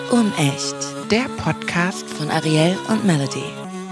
Unecht, der Podcast von Ariel und Melody.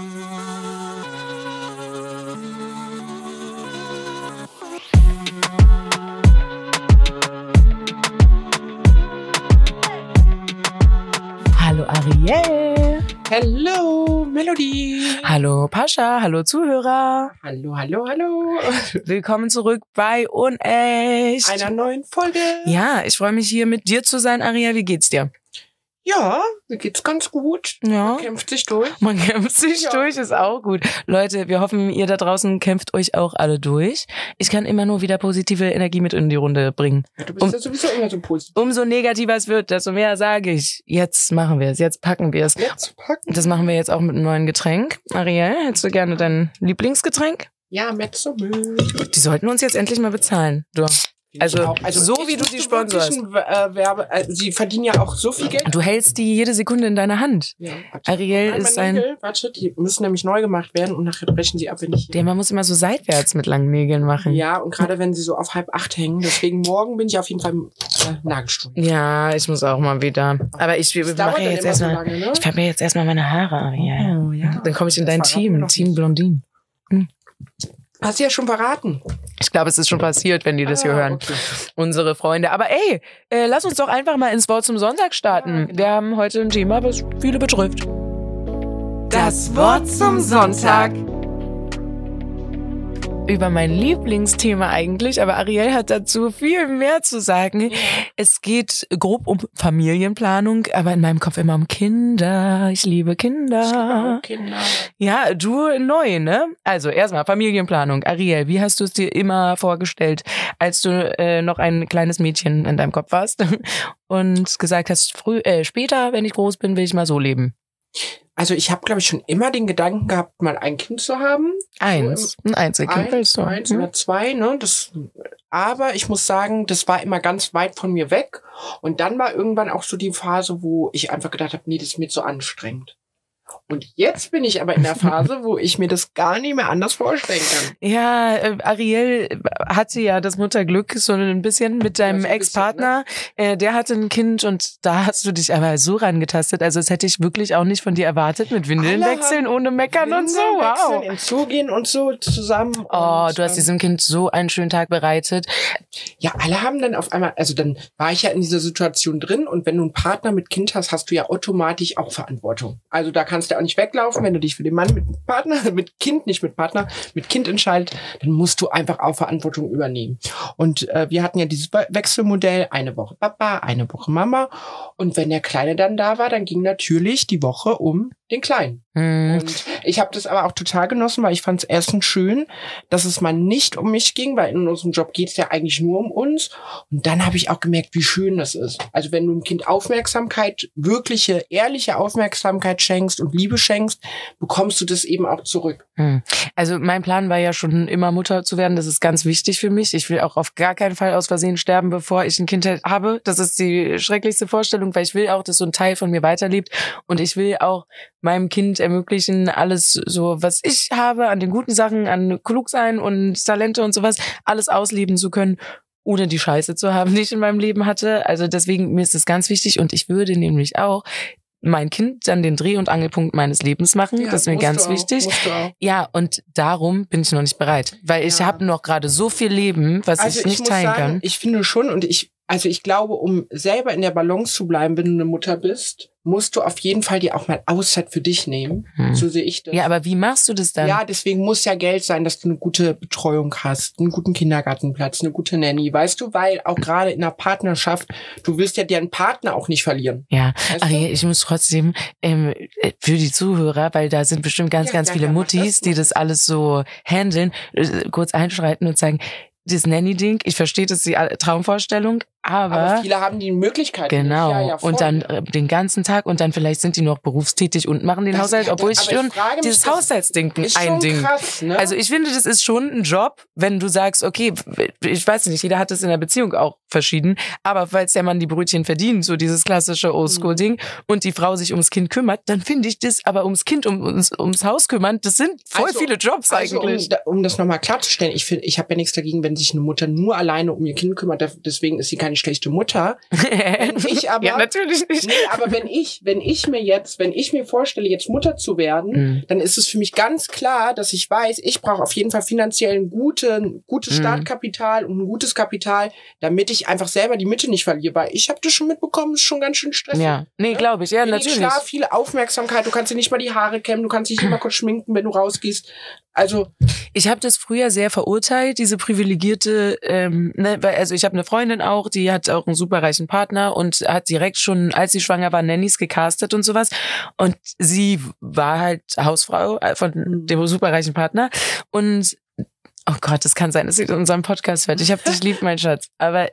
Hallo Ariel. Hallo Melody. Hallo Pascha, hallo Zuhörer. Hallo. Willkommen zurück bei Unecht. Einer neuen Folge. Ja, ich freue mich hier mit dir zu sein, Ariel. Wie geht's dir? Ja, mir geht's ganz gut. Ja. Man kämpft sich durch. Man kämpft sich Ja. durch, ist auch gut. Leute, wir hoffen, ihr da draußen kämpft euch auch alle durch. Ich kann immer nur wieder positive Energie mit in die Runde bringen. Ja, du bist ja sowieso immer so positiv. Umso negativer es wird, desto mehr sage ich. Jetzt machen wir es, jetzt packen wir es. Jetzt packen. Das machen wir jetzt auch mit einem neuen Getränk. Ariel, hättest du gerne dein Lieblingsgetränk? Ja, Mezzomüll. Die sollten uns jetzt endlich mal bezahlen. Du. Also so wie du die sponsorst. Sie verdienen ja auch so viel Geld. Du hältst die jede Sekunde in deiner Hand. Ja, warte. Ariel Einmal ist ein... Nägel, warte, die müssen nämlich neu gemacht werden und nachher brechen sie ab, wenn ich... Man muss immer so seitwärts mit langen Nägeln machen. Ja, und gerade wenn sie so auf 7:30 hängen. Deswegen morgen bin ich auf jeden Fall im Nagelstudio. Ja, ich muss auch mal wieder. Aber ich dauert mache dann jetzt immer so erstmal... lange, ne? Ich färbe mir jetzt erstmal meine Haare, Ariel. Oh, ja. Dann komme ich in Das dein verraten wir Team, noch Team nicht. Blondin. Hast du ja schon verraten. Ich glaube, es ist schon passiert, wenn die das hier hören. Okay. Unsere Freunde. Aber ey, lass uns doch einfach mal ins Wort zum Sonntag starten. Ja, genau. Wir haben heute ein Thema, was viele betrifft. Das Wort zum Sonntag. Über mein Lieblingsthema eigentlich, aber Ariel hat dazu viel mehr zu sagen. Es geht grob um Familienplanung, aber in meinem Kopf immer um Kinder. Ich liebe Kinder. Kinder. Ja, du neu, ne? Also erstmal Familienplanung. Ariel, wie hast du es dir immer vorgestellt, als du noch ein kleines Mädchen in deinem Kopf warst und gesagt hast, später, wenn ich groß bin, will ich mal so leben? Also ich habe, glaube ich, schon immer den Gedanken gehabt, mal ein Kind zu haben. Ein Einzelkind willst du. Eins oder zwei, ne? Aber ich muss sagen, das war immer ganz weit von mir weg. Und dann war irgendwann auch so die Phase, wo ich einfach gedacht habe, nee, das ist mir zu anstrengend. Und jetzt bin ich aber in der Phase, wo ich mir das gar nicht mehr anders vorstellen kann. Ja, Ariel hatte ja das Mutterglück so ein bisschen mit deinem Ja, so ein Ex-Partner. Der hatte ein Kind und da hast du dich aber so rangetastet. Also das hätte ich wirklich auch nicht von dir erwartet mit Windeln Alle wechseln, haben ohne meckern und so. Windeln Wow. wechseln, ins Zoo gehen und so zusammen. Oh, und, du hast diesem Kind so einen schönen Tag bereitet. Ja, alle haben dann auf einmal, also dann war ich ja in dieser Situation drin und wenn du einen Partner mit Kind hast, hast du ja automatisch auch Verantwortung. Also da kannst du auch nicht weglaufen, wenn du dich für den Mann mit Partner, mit Kind, nicht mit Partner, mit Kind entscheidest, dann musst du einfach auch Verantwortung übernehmen. Und wir hatten ja dieses Wechselmodell, eine Woche Papa, eine Woche Mama. Und wenn der Kleine dann da war, dann ging natürlich die Woche um den Kleinen. Und ich habe das aber auch total genossen, weil ich fand es erstens schön, dass es mal nicht um mich ging, weil in unserem Job geht es ja eigentlich nur um uns. Und dann habe ich auch gemerkt, wie schön das ist. Also wenn du einem Kind Aufmerksamkeit, wirkliche, ehrliche Aufmerksamkeit schenkst und Liebe schenkst, bekommst du das eben auch zurück. Also mein Plan war ja schon immer Mutter zu werden. Das ist ganz wichtig für mich. Ich will auch auf gar keinen Fall aus Versehen sterben, bevor ich ein Kind habe. Das ist die schrecklichste Vorstellung, weil ich will auch, dass so ein Teil von mir weiterlebt. Und ich will auch meinem Kind ermöglichen, alles so, was ich habe, an den guten Sachen, an klug sein und Talente und sowas, alles ausleben zu können, ohne die Scheiße zu haben, die ich in meinem Leben hatte. Also deswegen, mir ist das ganz wichtig und ich würde nämlich auch mein Kind dann den Dreh- und Angelpunkt meines Lebens machen. Ja, das ist mir musst ganz du auch, wichtig. musst du auch. Ja, und darum bin ich noch nicht bereit. Weil ich Ja. habe noch gerade so viel Leben, was Also ich nicht muss teilen sagen, kann. ich finde schon und ich glaube, um selber in der Balance zu bleiben, wenn du eine Mutter bist, musst du auf jeden Fall dir auch mal Auszeit für dich nehmen. So sehe ich das. Ja, aber wie machst du das dann? Ja, deswegen muss ja Geld sein, dass du eine gute Betreuung hast, einen guten Kindergartenplatz, eine gute Nanny, weißt du, weil auch gerade in einer Partnerschaft, du willst ja deinen Partner auch nicht verlieren. Ja, Weißt aber du? ich muss trotzdem für die Zuhörer, weil da sind bestimmt ganz viele mach Muttis, die das alles so handeln, kurz einschreiten und sagen, das Nanny-Ding, ich verstehe das, die Traumvorstellung, aber viele haben die Möglichkeit. genau. Nicht. Ja, voll. Und dann den ganzen Tag und dann vielleicht sind die noch berufstätig und machen den Das- Haushalt, ja, obwohl ich aber ich schon frage mich, dieses das Haushaltsding ist ein schon Ding. krass, ne? Also ich finde, das ist schon ein Job, wenn du sagst, okay, ich weiß nicht, jeder hat das in der Beziehung auch verschieden, aber falls der Mann die Brötchen verdient, so dieses klassische Oldschool-Ding, und die Frau sich ums Kind kümmert, dann finde ich das aber ums Kind, ums Haus kümmern, das sind voll viele Jobs eigentlich. Um das nochmal klarzustellen, ich habe ja nichts dagegen, wenn sich eine Mutter nur alleine um ihr Kind kümmert, deswegen ist sie keine schlechte Mutter. Wenn ich aber, ja, natürlich nicht. Nee, aber wenn ich mir vorstelle, jetzt Mutter zu werden, dann ist es für mich ganz klar, dass ich weiß, ich brauche auf jeden Fall finanziell ein gutes Startkapital und ein gutes Kapital, damit ich einfach selber die Mitte nicht verliere, weil ich habe das schon mitbekommen, ist schon ganz schön stressig. Ja, nee, glaube ich, ja, Wenig natürlich. Klar, viel Aufmerksamkeit, du kannst dir nicht mal die Haare kämmen, du kannst dich nicht mal kurz schminken, wenn du rausgehst. Also ich habe das früher sehr verurteilt, diese privilegierte, also ich habe eine Freundin auch, die hat auch einen superreichen Partner und hat direkt schon, als sie schwanger war, Nannies gecastet und sowas. Und sie war halt Hausfrau von dem superreichen Partner. Und oh Gott, es kann sein, dass sie in unserem Podcast hört. Ich hab dich lieb, mein Schatz. Aber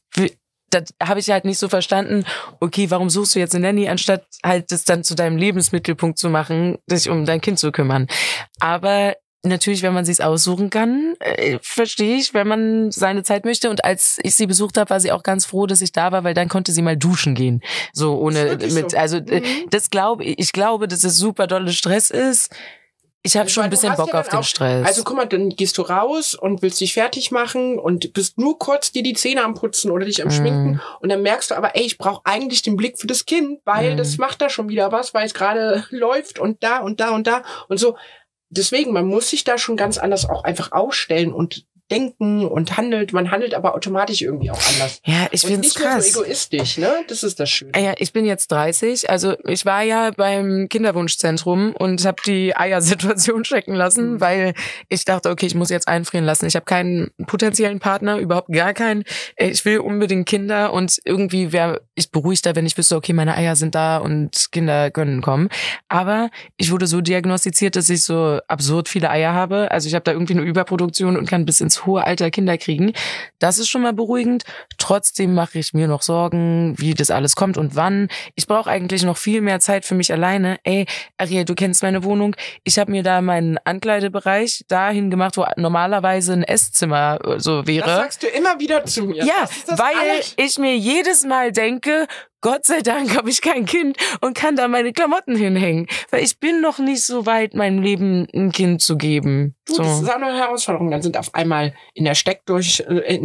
das habe ich halt nicht so verstanden, okay, warum suchst du jetzt eine Nanny, anstatt halt das dann zu deinem Lebensmittelpunkt zu machen, dich um dein Kind zu kümmern. Aber natürlich, wenn man sich's aussuchen kann, verstehe ich, wenn man seine Zeit möchte. Und als ich sie besucht habe, war sie auch ganz froh, dass ich da war, weil dann konnte sie mal duschen gehen. So ohne mit, so. Also das ich glaube, dass es super dolle Stress ist. Ich habe schon ein bisschen Bock auf den Stress. Also guck mal, dann gehst du raus und willst dich fertig machen und bist nur kurz dir die Zähne am Putzen oder dich am Schminken und dann merkst du aber, ey, ich brauche eigentlich den Blick für das Kind, weil das macht da schon wieder was, weil es gerade läuft und da und da und da und so. Deswegen, man muss sich da schon ganz anders auch einfach ausstellen und denken und handelt. Man handelt aber automatisch irgendwie auch anders. Ja, ich finde es krass. Nicht mehr so egoistisch, ne? Das ist das Schöne. Ja, ich bin jetzt 30. Also ich war ja beim Kinderwunschzentrum und habe die Eiersituation checken lassen, weil ich dachte, okay, ich muss jetzt einfrieren lassen. Ich habe keinen potenziellen Partner, überhaupt gar keinen. Ich will unbedingt Kinder und irgendwie wäre ich beruhigter, wenn ich wüsste, okay, meine Eier sind da und Kinder können kommen. Aber ich wurde so diagnostiziert, dass ich so absurd viele Eier habe. Also ich habe da irgendwie eine Überproduktion und kann bis ins hohe Alter Kinder kriegen. Das ist schon mal beruhigend. Trotzdem mache ich mir noch Sorgen, wie das alles kommt und wann. Ich brauche eigentlich noch viel mehr Zeit für mich alleine. Ey, Ariel, du kennst meine Wohnung. Ich habe mir da meinen Ankleidebereich dahin gemacht, wo normalerweise ein Esszimmer so wäre. Das sagst du immer wieder zu mir. Ja, weil ich mir jedes Mal denke, Gott sei Dank habe ich kein Kind und kann da meine Klamotten hinhängen. Weil ich bin noch nicht so weit, meinem Leben ein Kind zu geben. Du, so. Das ist auch eine Herausforderung. Dann sind auf einmal in der Steckdose,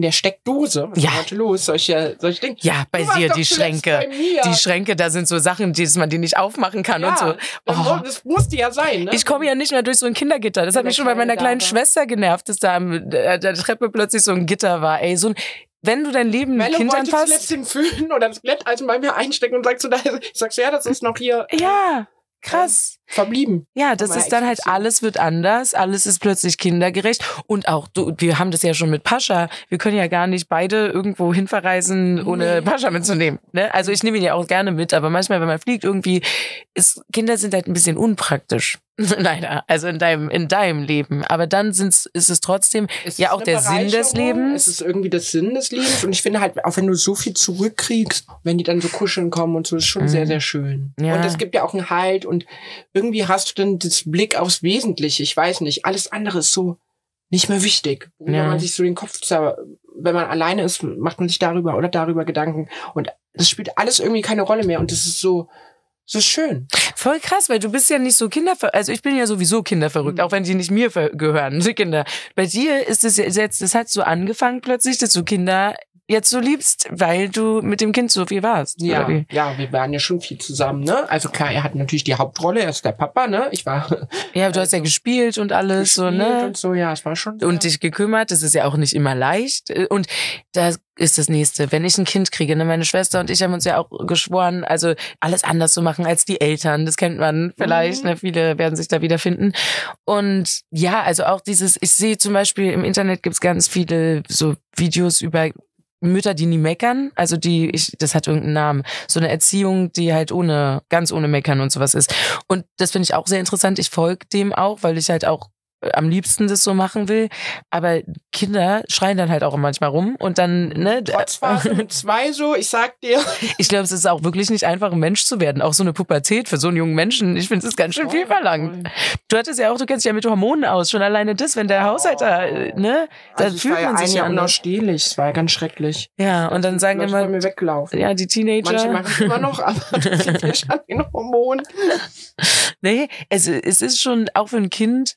was ist heute los? Solche Dinge. Ja, bei dir die Schränke. Die Schränke, da sind so Sachen, die man die nicht aufmachen kann und so. Oh. Das musste ja sein, ne? Ich komme ja nicht mehr durch so ein Kindergitter. Das hat mich schon bei meiner kleinen Schwester genervt, dass da an der Treppe plötzlich so ein Gitter war. Ey, wenn du dein Leben mit Kindern passt. Melle wollte zuletzt den Föhn oder das Glätteisen bei mir einstecken und sagst du, ich sag's ja, das ist noch hier. Ja, krass. Verblieben. Ja, das ist dann halt, alles wird anders, alles ist plötzlich kindergerecht und auch, wir haben das ja schon mit Pascha, wir können ja gar nicht beide irgendwo hinverreisen, ohne Pascha mitzunehmen, ne? Also ich nehme ihn ja auch gerne mit, aber manchmal, wenn man fliegt, irgendwie, Kinder sind halt ein bisschen unpraktisch. Leider, also in deinem Leben. Aber dann ist es trotzdem ja auch der Sinn des Lebens. Es ist irgendwie der Sinn des Lebens und ich finde halt, auch wenn du so viel zurückkriegst, wenn die dann so kuscheln kommen und so, ist schon sehr, sehr schön. Ja. Und es gibt ja auch einen Halt und irgendwie hast du dann das Blick aufs Wesentliche. Ich weiß nicht, alles andere ist so nicht mehr wichtig. Wenn man sich so den Kopf, wenn man alleine ist, macht man sich darüber Gedanken und das spielt alles irgendwie keine Rolle mehr und das ist so schön. Voll krass, weil du bist ja nicht so also ich bin ja sowieso kinderverrückt, auch wenn die nicht mir gehören, die Kinder. Bei dir ist es jetzt, das hat so angefangen plötzlich, dass du Kinder jetzt so liebst, weil du mit dem Kind so viel warst. Ja, wir waren ja schon viel zusammen, ne? Also klar, er hat natürlich die Hauptrolle, er ist der Papa, ne? Ich war. Ja, du hast ja gespielt und alles, so, ne? Und so, ja, es war schon. Und dich gekümmert, das ist ja auch nicht immer leicht. Und da ist das Nächste, wenn ich ein Kind kriege, ne? Meine Schwester und ich haben uns ja auch geschworen, also alles anders zu machen als die Eltern. Das kennt man vielleicht, ne? Viele werden sich da wiederfinden. Und ja, also auch ich sehe zum Beispiel im Internet gibt's ganz viele so Videos über Mütter, die nie meckern, also das hat irgendeinen Namen, so eine Erziehung, die halt ganz ohne Meckern und sowas ist. Und das finde ich auch sehr interessant. Ich folge dem auch, weil ich halt auch am liebsten das so machen will. Aber Kinder schreien dann halt auch manchmal rum und dann, ne? Trotzphase mit 2 so, ich sag dir. Ich glaube, es ist auch wirklich nicht einfach, ein Mensch zu werden. Auch so eine Pubertät für so einen jungen Menschen. Ich finde, es ist ganz schön viel verlangt. Du kennst dich ja mit Hormonen aus. Schon alleine das, wenn der Haushalt da, ne? Da fühlt man sich ja unausstehlich. Es war ja ganz schrecklich. Ja, und dann sagen immer, mir weggelaufen. Ja, die Teenager. Manche machen es immer noch, aber das sind ja schon den Hormonen. Nee, es ist schon auch für ein Kind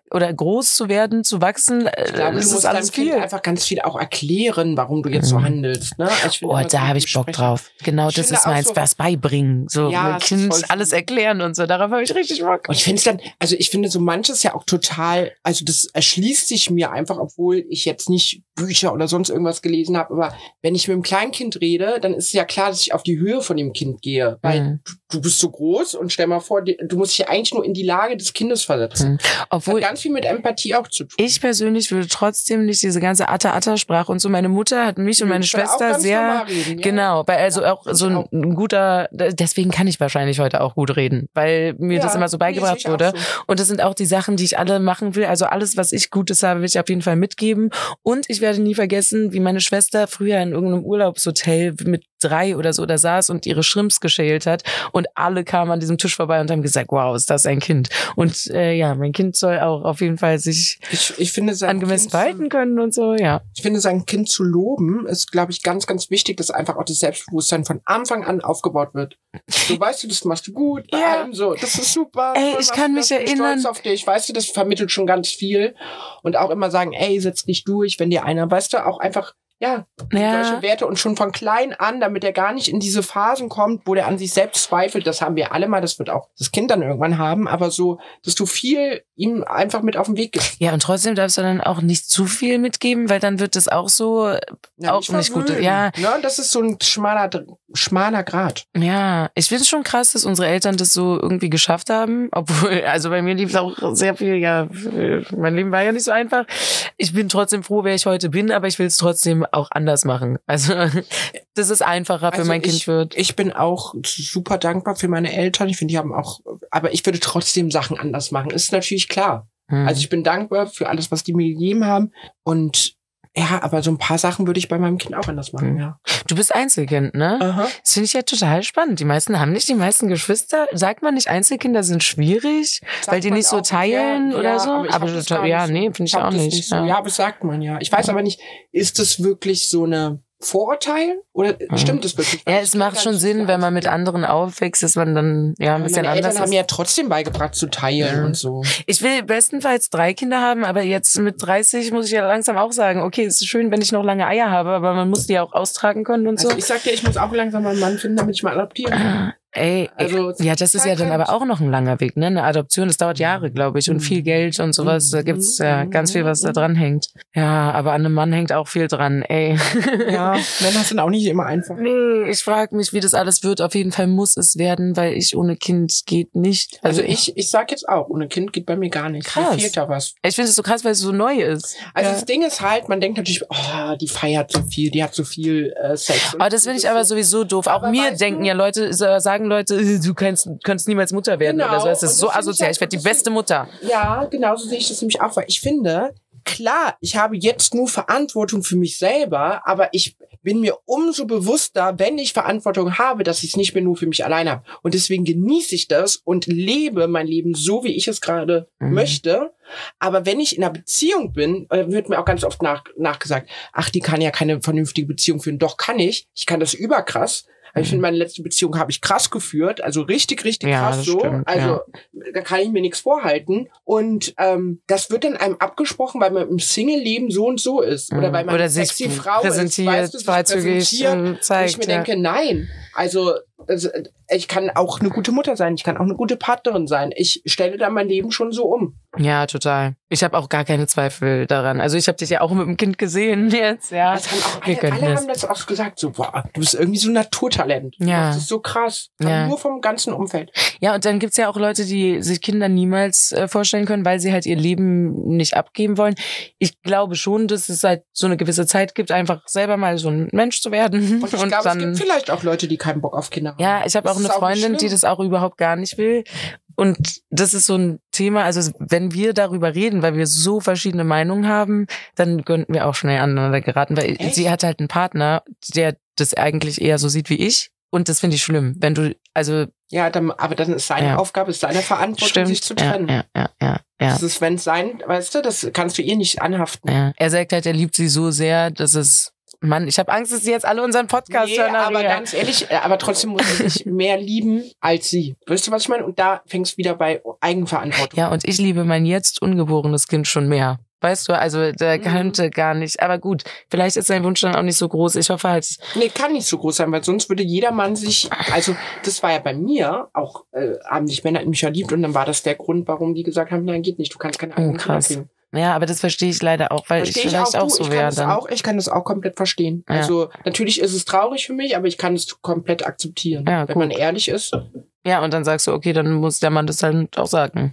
oder groß zu werden, zu wachsen, Ich glaube, das du ist musst alles deinem Kind viel. einfach ganz viel auch erklären, warum du jetzt so handelst. Ne? Also ich finde, Oh, immer da so habe ich Bock sprechen. drauf. Genau, Ich das finde ist auch meins. so- Was beibringen. So Ja, mit es ist Kind voll alles schön. erklären und so. Darauf habe ich richtig Bock. Und ich finde es dann, also ich finde so manches ja auch total, also das erschließt sich mir einfach, obwohl ich jetzt nicht Bücher oder sonst irgendwas gelesen habe, aber wenn ich mit einem Kleinkind rede, dann ist es ja klar, dass ich auf die Höhe von dem Kind gehe, weil du bist so groß und stell mal vor, du musst dich ja eigentlich nur in die Lage des Kindes versetzen. Das Obwohl hat ganz viel mit Empathie auch zu tun. ich persönlich würde trotzdem nicht diese ganze Atta-Atta-Sprache und so. Meine Mutter hat mich und meine Ich will auch Schwester ganz sehr, normal reden, ja. genau, weil also Ja, auch so ich ein guter, deswegen kann ich wahrscheinlich heute auch gut reden, weil mir das immer so beigebracht sehe ich auch wurde. so. Und das sind auch die Sachen, die ich alle machen will. Also alles, was ich Gutes habe, will ich auf jeden Fall mitgeben. Und ich werde nie vergessen, wie meine Schwester früher in irgendeinem Urlaubshotel mit 3 oder so da saß und ihre Shrimps geschält hat und alle kamen an diesem Tisch vorbei und haben gesagt, wow, ist das ein Kind. Und ja, mein Kind soll auch auf jeden Fall sich Ich finde, sein angemessen Kind verhalten können und so, ja. Ich finde, sein Kind zu loben, ist, glaube ich, ganz, ganz wichtig, dass einfach auch das Selbstbewusstsein von Anfang an aufgebaut wird. So, weißt du, das machst du gut, bei Ja. allem so, das ist super. Ey, toll ich machst kann du mich das, bin erinnern- stolz auf dich, weißt du, das vermittelt schon ganz viel. Und auch immer sagen, ey, setz dich durch, wenn dir einer, weißt du, auch einfach, ja, Ja. solche Werte und schon von klein an, damit er gar nicht in diese Phasen kommt, wo der an sich selbst zweifelt, das haben wir alle mal, das wird auch das Kind dann irgendwann haben, aber so, dass du viel ihm einfach mit auf den Weg gibst. Ja, und trotzdem darfst du dann auch nicht zu viel mitgeben, weil dann wird es auch so, Ja, auch nicht gut. verwöhnen, Ja, ne? Das ist so ein schmaler Grad. ja. Ich finde es schon krass, dass unsere Eltern das so irgendwie geschafft haben. Obwohl, also bei mir lief es auch sehr viel, ja, mein Leben war ja nicht so einfach. Ich bin trotzdem froh, wer ich heute bin, aber ich will es trotzdem auch anders machen. Also, dass es einfacher für mein Kind wird. Ich bin auch super dankbar für meine Eltern. Ich finde, die haben auch, aber ich würde trotzdem Sachen anders machen. Ist natürlich klar. Also ich bin dankbar für alles, was die mir gegeben haben. Und ja, aber so ein paar Sachen würde ich bei meinem Kind auch anders machen, ja. Du bist Einzelkind, ne? Aha. Das finde ich ja total spannend. Die meisten haben nicht die meisten Geschwister. Sagt man nicht, Einzelkinder sind schwierig, weil die man nicht so auch, teilen ja, oder so? aber ich hab das gar ja, nicht. nee, finde ich hab auch das nicht. so. Ja, aber das sagt man ja. Ich weiß aber nicht, ist das wirklich so eine Vorurteil oder stimmt das wirklich? Ja, Ich es kenn macht gar schon nicht Sinn, so wenn man Einzelkinder. mit anderen aufwächst, dass man dann ja ein bisschen Meine anders Eltern haben ist. mir ja trotzdem beigebracht zu teilen und so. Ich will bestenfalls 3 Kinder haben, aber jetzt mit 30 muss ich ja langsam auch sagen, okay, es ist schön, wenn ich noch lange Eier habe, aber man muss die auch austragen können und so. Also ich sag dir, ich muss auch langsam mal einen Mann finden, damit ich mal adoptieren kann. Ey, Also, ja, das ist ja dann aber auch noch ein langer Weg, ne? Eine Adoption, das dauert Jahre, glaube ich, und viel Geld und sowas. Da gibt's ja ganz viel, was da dran hängt. Ja, aber an einem Mann hängt auch viel dran, ey. Ja, Männer sind auch nicht immer einfach. Nee, ich frage mich, wie das alles wird. Auf jeden Fall muss es werden, weil ich ohne Kind geht nicht. Also ich sag jetzt auch, ohne Kind geht bei mir gar nicht. Krass. Mir fehlt da was. Ich finde es so krass, weil es so neu ist. Also Ja. das Ding ist halt, man denkt natürlich, oh, die feiert so viel, die hat so viel Sex. Und Aber das finde ich aber sowieso doof. Auch Aber mir weißt denken du- ja Leute, sagen Leute, du könntest niemals Mutter werden Genau, oder so. Es ist und so das find ich asozial. halt- Ich werde die das find- beste Mutter. Ja, genauso sehe ich das nämlich auch, weil ich finde, klar, ich habe jetzt nur Verantwortung für mich selber, aber ich bin mir umso bewusster, wenn ich Verantwortung habe, dass ich es nicht mehr nur für mich alleine habe. Und deswegen genieße ich das und lebe mein Leben so, wie ich es gerade möchte. Aber wenn ich in einer Beziehung bin, wird mir auch ganz oft nachgesagt, ach, die kann ja keine vernünftige Beziehung führen. Doch, kann ich. Ich kann das überkrass. Also ich finde, meine letzte Beziehung habe ich krass geführt, also richtig, richtig Ja, krass das so. stimmt, Also da kann ich mir nichts vorhalten. Und das wird dann einem abgesprochen, weil man im Single-Leben so und so ist. Oder weil man Oder eine sich sexy Frau präsentiert, ist, weißt du, sich freizügig, präsentiert. Und ich zeigt. mir Ja. denke, nein. Also ich kann auch eine gute Mutter sein, ich kann auch eine gute Partnerin sein. Ich stelle dann mein Leben schon so um. Ja, total. Ich habe auch gar keine Zweifel daran. Also ich habe dich ja auch mit dem Kind gesehen jetzt, ja. Das haben auch Wir können alle das. haben das auch gesagt, so, boah, du bist irgendwie so ein Naturtalent. Ja. Das ist so krass. Kam Ja. nur vom ganzen Umfeld. Ja, und dann gibt's ja auch Leute, die sich Kinder niemals vorstellen können, weil sie halt ihr Leben nicht abgeben wollen. Ich glaube schon, dass es halt so eine gewisse Zeit gibt, einfach selber mal so ein Mensch zu werden. Und ich glaube, es gibt vielleicht auch Leute, die keinen Bock auf Kinder haben. ja, ich habe auch Das eine ist auch nicht Freundin, die schlimm. das auch überhaupt gar nicht will. Und das ist so ein Thema, also wenn wir darüber reden, weil wir so verschiedene Meinungen haben, dann könnten wir auch schnell aneinander geraten, weil Echt? sie hat halt einen Partner, der das eigentlich eher so sieht wie ich. Und das finde ich schlimm, wenn du, also Ja, aber dann ist seine Ja. Aufgabe, ist seine Verantwortung, sich zu ja, trennen. ja. Das ist, wenn es sein, weißt du, das kannst du ihr nicht anhaften. Ja. Er sagt halt, er liebt sie so sehr, dass es Mann, ich habe Angst, dass sie jetzt alle unseren Podcast hören. Aber ganz ehrlich, aber trotzdem muss er sich mehr lieben als sie. Weißt du, was ich meine? Und da fängst du wieder bei Eigenverantwortung. Ja, und ich liebe mein jetzt ungeborenes Kind schon mehr. Weißt du, also der könnte gar nicht. Aber gut, vielleicht ist sein Wunsch dann auch nicht so groß. Ich hoffe halt. Nee, kann nicht so groß sein, weil sonst würde jeder Mann sich, also das war ja bei mir auch, haben sich Männer in mich verliebt und dann war das der Grund, warum die gesagt haben, nein, geht nicht, du kannst keine eigenen Kinder kriegen. Ja, aber das verstehe ich leider auch, weil ich vielleicht auch so wäre dann. Ich kann das auch komplett verstehen. Ja. Also natürlich ist es traurig für mich, aber ich kann es komplett akzeptieren, wenn man ehrlich ist. Ja, und dann sagst du, okay, dann muss der Mann das halt auch sagen.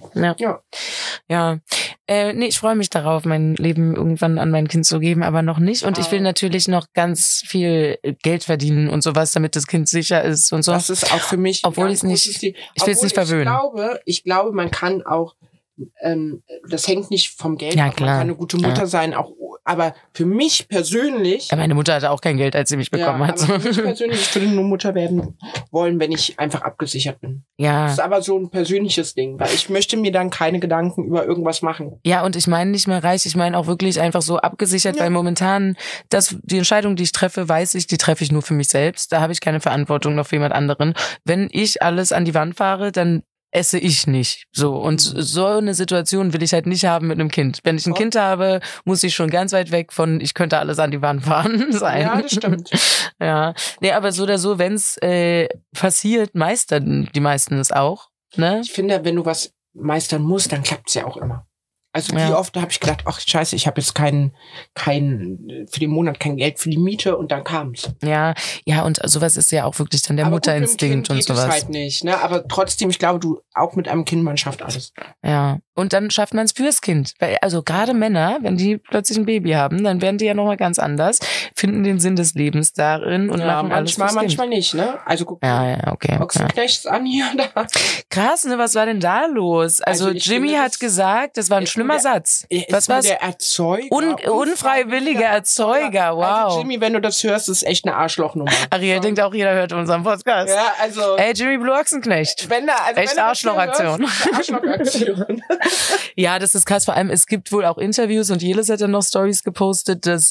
Ja. Nee, ich freue mich darauf, mein Leben irgendwann an mein Kind zu geben, aber noch nicht. Und ich will natürlich noch ganz viel Geld verdienen und sowas, damit das Kind sicher ist und so. Das ist auch für mich. Obwohl ich will es nicht verwöhnen. Ich glaube, man kann auch, das hängt nicht vom Geld ab. Man kann eine gute Mutter sein, auch, aber für mich persönlich. Ja, meine Mutter hatte auch kein Geld, als sie mich bekommen hat. Aber für mich persönlich, ich würde nur Mutter werden wollen, wenn ich einfach abgesichert bin. Ja. Das ist aber so ein persönliches Ding, weil ich möchte mir dann keine Gedanken über irgendwas machen. Ja, und ich meine nicht mehr reich, ich meine auch wirklich einfach so abgesichert, weil momentan die Entscheidung, die ich treffe, weiß ich, die treffe ich nur für mich selbst. Da habe ich keine Verantwortung noch für jemand anderen. Wenn ich alles an die Wand fahre, dann esse ich nicht. So. Und so eine Situation will ich halt nicht haben mit einem Kind. Wenn ich ein Kind habe, muss ich schon ganz weit weg von, ich könnte alles an die Wand fahren sein. Ja, das stimmt. Ja. Nee, aber so oder so, wenn es passiert, meistern die meisten es auch. Ne? Ich finde, wenn du was meistern musst, dann klappt es ja auch immer. Also wie oft habe ich gedacht, ach scheiße, ich habe jetzt für den Monat kein Geld für die Miete und dann kam's. Ja, und sowas ist ja auch wirklich dann der Mutterinstinkt und sowas. Das halt nicht, ne? Aber trotzdem, ich glaube, du auch mit einem Kind, man schafft alles. Ja, und dann schafft man es fürs Kind. Weil, also gerade Männer, wenn die plötzlich ein Baby haben, dann werden die ja nochmal ganz anders, finden den Sinn des Lebens darin und machen alles fürs Kind. Manchmal nicht, ne? Also guck okay. Ochsenknechts an hier und da. Krass, ne? Was war denn da los? Also Jimmy hat gesagt, das war ein schlimmer Satz. Was war's? Der Erzeuger. Unfreiwilliger Erzeuger, wow. Also Jimmy, wenn du das hörst, ist echt eine Arschlochnummer. Ariel denkt auch, jeder hört unseren Podcast. Ja, also. Ey, Jimmy Blue Ochsenknecht. Echt Arschlochaktion. Arschlochaktion. Ja, das ist krass. Vor allem, es gibt wohl auch Interviews und Jelis hat dann noch Stories gepostet, dass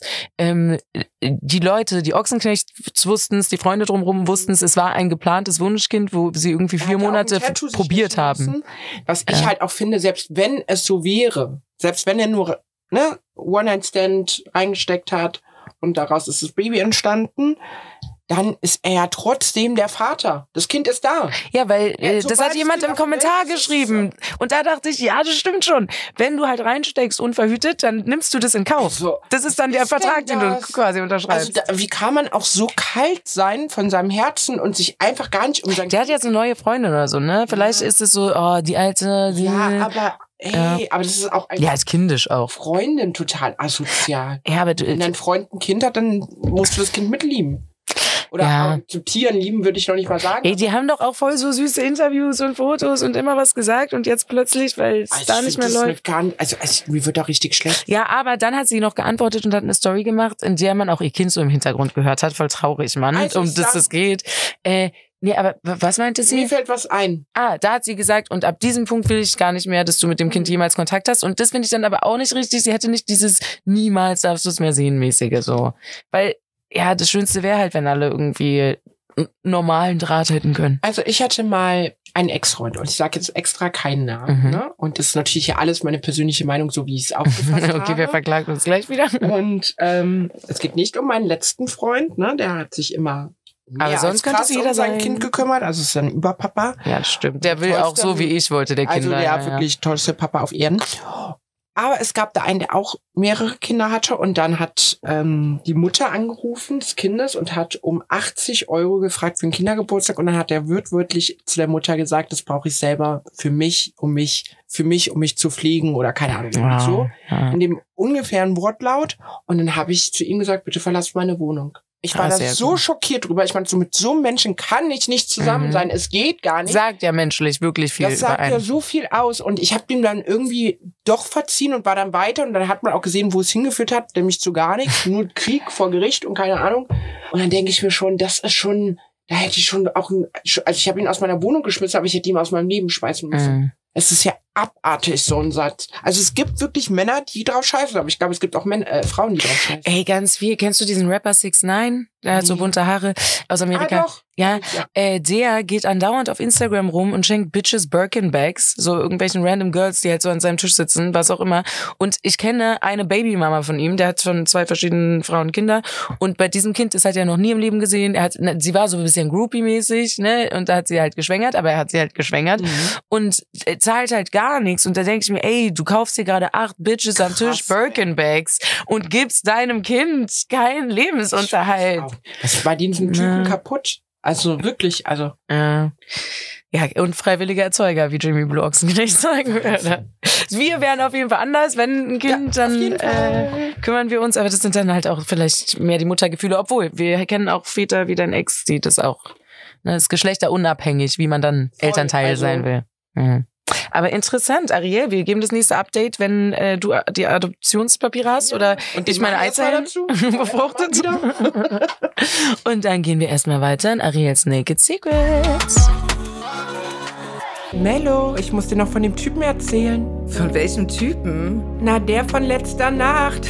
die Leute, die Ochsenknechts wussten es, die Freunde drumherum wussten es, es war ein geplantes Wunschkind, wo sie irgendwie 4 Monate probiert haben. Was ich halt auch finde, selbst wenn es so wäre, selbst wenn er nur One-Night-Stand eingesteckt hat und daraus ist das Baby entstanden, dann ist er ja trotzdem der Vater. Das Kind ist da. Ja, weil das hat jemand im Kommentar geschrieben. Und da dachte ich, ja, das stimmt schon. Wenn du halt reinsteckst unverhütet, dann nimmst du das in Kauf. Also, das ist dann der Vertrag, den du quasi unterschreibst. Also wie kann man auch so kalt sein von seinem Herzen und sich einfach gar nicht um sein... Der hat jetzt eine neue Freundin oder so, ne? Vielleicht ist es so, die alte... Ja, aber... aber das ist auch einfach... Ja, als kindisch auch. Freundin total asozial. Ja, aber wenn dein Freund ein Kind hat, dann musst du das Kind mitlieben. Oder akzeptieren, lieben würde ich noch nicht mal sagen. Ey, die haben doch auch voll so süße Interviews und Fotos und immer was gesagt und jetzt plötzlich, weil es da nicht mehr läuft. Mir wird doch richtig schlecht. Ja, aber dann hat sie noch geantwortet und hat eine Story gemacht, in der man auch ihr Kind so im Hintergrund gehört hat. Voll traurig, Mann, um das es geht. Nee, aber was meinte sie? Mir fällt was ein. Da hat sie gesagt, und ab diesem Punkt will ich gar nicht mehr, dass du mit dem Kind jemals Kontakt hast. Und das finde ich dann aber auch nicht richtig. Sie hätte nicht dieses niemals darfst du es mehr sehen mäßige so. Weil ja, das Schönste wäre halt, wenn alle irgendwie einen normalen Draht hätten können. Also ich hatte mal einen Ex-Freund und ich sage jetzt extra keinen Namen. Ne? Und das ist natürlich ja alles meine persönliche Meinung, so wie ich es aufgefasst habe. Okay, wer verklagt uns gleich wieder? Und es geht nicht um meinen letzten Freund, ne? Der hat sich immer aber sonst könnte es jeder sein Kind gekümmert, also ist ein Überpapa. Ja, das stimmt. Der will auch so, wie ich wollte, der Kinder. Also der wirklich tollste Papa auf Erden. Aber es gab da einen, der auch mehrere Kinder hatte und dann hat die Mutter angerufen des Kindes und hat um 80 € gefragt für den Kindergeburtstag und dann hat der Wirt wörtlich zu der Mutter gesagt, das brauche ich selber für mich, um mich zu pflegen oder keine Ahnung. Wow. So in dem ungefähren Wortlaut und dann habe ich zu ihm gesagt, bitte verlass meine Wohnung. Ich war da so schockiert drüber. Ich meine, so mit so einem Menschen kann ich nicht zusammen sein. Es geht gar nicht. Sagt ja menschlich wirklich viel. Das sagt ja so viel aus. Und ich habe ihm dann irgendwie doch verziehen und war dann weiter. Und dann hat man auch gesehen, wo es hingeführt hat. Nämlich zu gar nichts. Nur Krieg vor Gericht und keine Ahnung. Und dann denke ich mir schon, das ist schon, da hätte ich schon auch, also ich habe ihn aus meiner Wohnung geschmissen, aber ich hätte ihn aus meinem Leben schmeißen müssen. Es ist ja abartig, so ein Satz. Also es gibt wirklich Männer, die drauf scheißen, aber ich glaube, es gibt auch Frauen, die drauf scheißen. Ey, ganz viel. Kennst du diesen Rapper 6ix9ine? Der hat so bunte Haare aus Amerika. Doch. Ja, der geht andauernd auf Instagram rum und schenkt Bitches Birkin-Bags, so irgendwelchen random Girls, die halt so an seinem Tisch sitzen, was auch immer. Und ich kenne eine Babymama von ihm, der hat von 2 verschiedenen Frauen Kinder. Und bei diesem Kind, das hat er noch nie im Leben gesehen. Sie war so ein bisschen Groupie-mäßig, ne? Und da hat sie halt geschwängert, aber er hat sie halt geschwängert. Und zahlt halt gar nichts. Und da denke ich mir, ey, du kaufst dir gerade 8 Bitches am Tisch Birkin-Bags und gibst deinem Kind keinen Lebensunterhalt. Das ist bei diesen Typen kaputt. Also wirklich, also. Ja, unfreiwillige Erzeuger, wie Jimmy Blue Ochsenknecht sagen würde. Wir wären auf jeden Fall anders, wenn ein Kind, dann kümmern wir uns. Aber das sind dann halt auch vielleicht mehr die Muttergefühle. Obwohl, wir kennen auch Väter wie dein Ex, die das auch, das ist geschlechterunabhängig, wie man dann Elternteil sein will. Mhm. Aber interessant, Ariel, wir geben das nächste Update, wenn du die Adoptionspapiere hast oder und ich meine Eizellen befruchtet. Und dann gehen wir erstmal weiter in Ariels Naked Secrets. Mello, ich muss dir noch von dem Typen erzählen. Von welchem Typen? Na, der von letzter Nacht.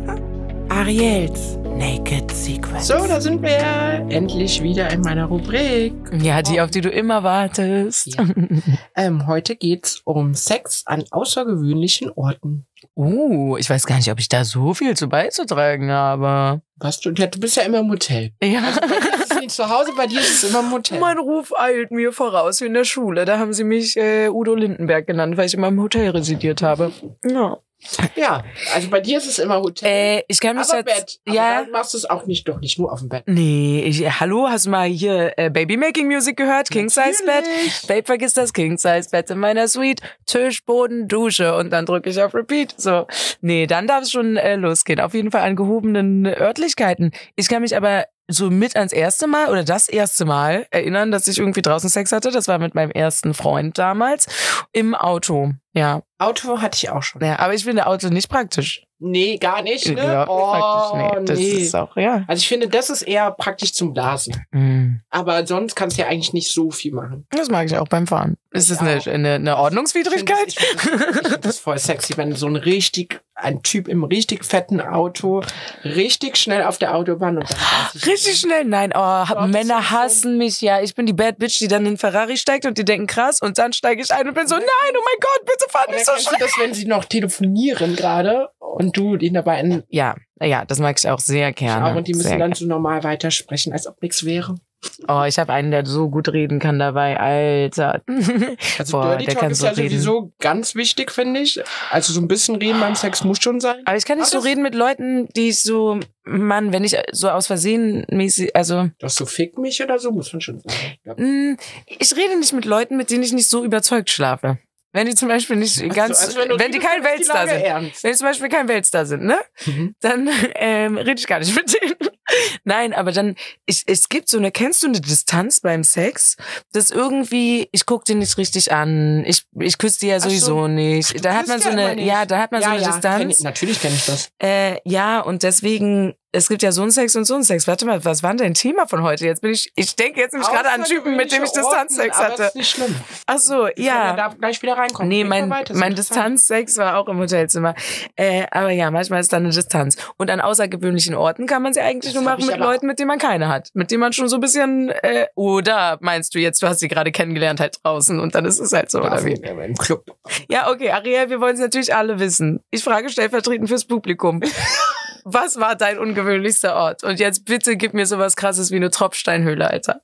Ariels Naked Secrets. So, da sind wir endlich wieder in meiner Rubrik. Ja, die, auf die du immer wartest. Ja. Heute geht's um Sex an außergewöhnlichen Orten. Ich weiß gar nicht, ob ich da so viel zu beizutragen habe. Was du bist ja immer im Hotel. Ja. Also bei dir ist es nicht zu Hause, bei dir ist es immer im Hotel. Mein Ruf eilt mir voraus wie in der Schule. Da haben sie mich Udo Lindenberg genannt, weil ich immer im Hotel residiert habe. Ja. Ja, also bei dir ist es immer Hotel. Ich kann mich aber jetzt, Bett. Aber ja. dann machst du es auch nicht nur auf dem Bett. Nee, hallo, hast du mal hier Baby-Making Music gehört? King-Size-Bett? Babe, vergiss das King-Size-Bett in meiner Suite. Tisch, Boden, Dusche und dann drücke ich auf Repeat. So, nee, dann darf es schon losgehen. Auf jeden Fall an gehobenen Örtlichkeiten. Ich kann mich aber so mit ans erste Mal oder das erste Mal erinnern, dass ich irgendwie draußen Sex hatte. Das war mit meinem ersten Freund damals im Auto. Ja. Auto hatte ich auch schon. Ja, aber ich finde Auto nicht praktisch. Nee, gar nicht, ne? Ja, praktisch, nee. Das ist auch, ja. Also ich finde, das ist eher praktisch zum Blasen. Aber sonst kannst du ja eigentlich nicht so viel machen. Das mag ich auch beim Fahren. Ist das eine Ordnungswidrigkeit? Ich finde das voll sexy, wenn so ein Typ im richtig fetten Auto richtig schnell auf der Autobahn und dann richtig schnell? Nein, Männer hassen mich, ja. Ich bin die Bad Bitch, die dann in den Ferrari steigt und die denken krass und dann steige ich ein und bin so, nein, oh mein Gott, bitte fahr nicht so schnell. Das, wenn sie noch telefonieren gerade und du ihn dabei Ja, das mag ich auch sehr gerne. Und die müssen dann so normal weitersprechen, als ob nichts wäre. Ich habe einen, der so gut reden kann dabei, Alter. Also Dirty Talk ist ja sowieso ganz wichtig, finde ich. Also so ein bisschen reden beim Sex muss schon sein. Aber ich kann nicht so reden mit Leuten, die ich so, Mann, wenn ich so aus Versehen mäßig, also... Das so fick mich oder so, muss man schon sagen. Ich rede nicht mit Leuten, mit denen ich nicht so überzeugt schlafe. Wenn die zum Beispiel nicht wenn die kein Weltstar sind. Wenn die zum Beispiel kein Weltstar sind, ne? Dann rede ich gar nicht mit denen. Nein, aber dann, es gibt so kennst du eine Distanz beim Sex? Das irgendwie, ich guck den nicht richtig an, ich küsse die ja sowieso nicht. Da hat man so eine, da hat man so eine Distanz. Natürlich kenn ich das. Ja, und deswegen, es gibt ja so einen Sex und so einen Sex. Warte mal, was war denn dein Thema von heute? Jetzt ich denke jetzt nämlich gerade an Typen, mit dem ich Distanzsex hatte. Das ist nicht schlimm. Ach so, ja. Wenn wir da gleich wieder reinkommen. Nee, mein Distanzsex war auch im Hotelzimmer. Aber ja, manchmal ist da eine Distanz. Und an außergewöhnlichen Orten kann man sie eigentlich nur machen mit Leuten, mit denen man keine hat. Mit denen man schon so ein bisschen, oder meinst du jetzt, du hast sie gerade kennengelernt halt draußen und dann ist es halt so, oder wie? Im Club. Ja, okay, Ariel, wir wollen es natürlich alle wissen. Ich frage stellvertretend fürs Publikum. Was war dein ungewöhnlichster Ort? Und jetzt bitte gib mir sowas Krasses wie eine Tropfsteinhöhle, Alter.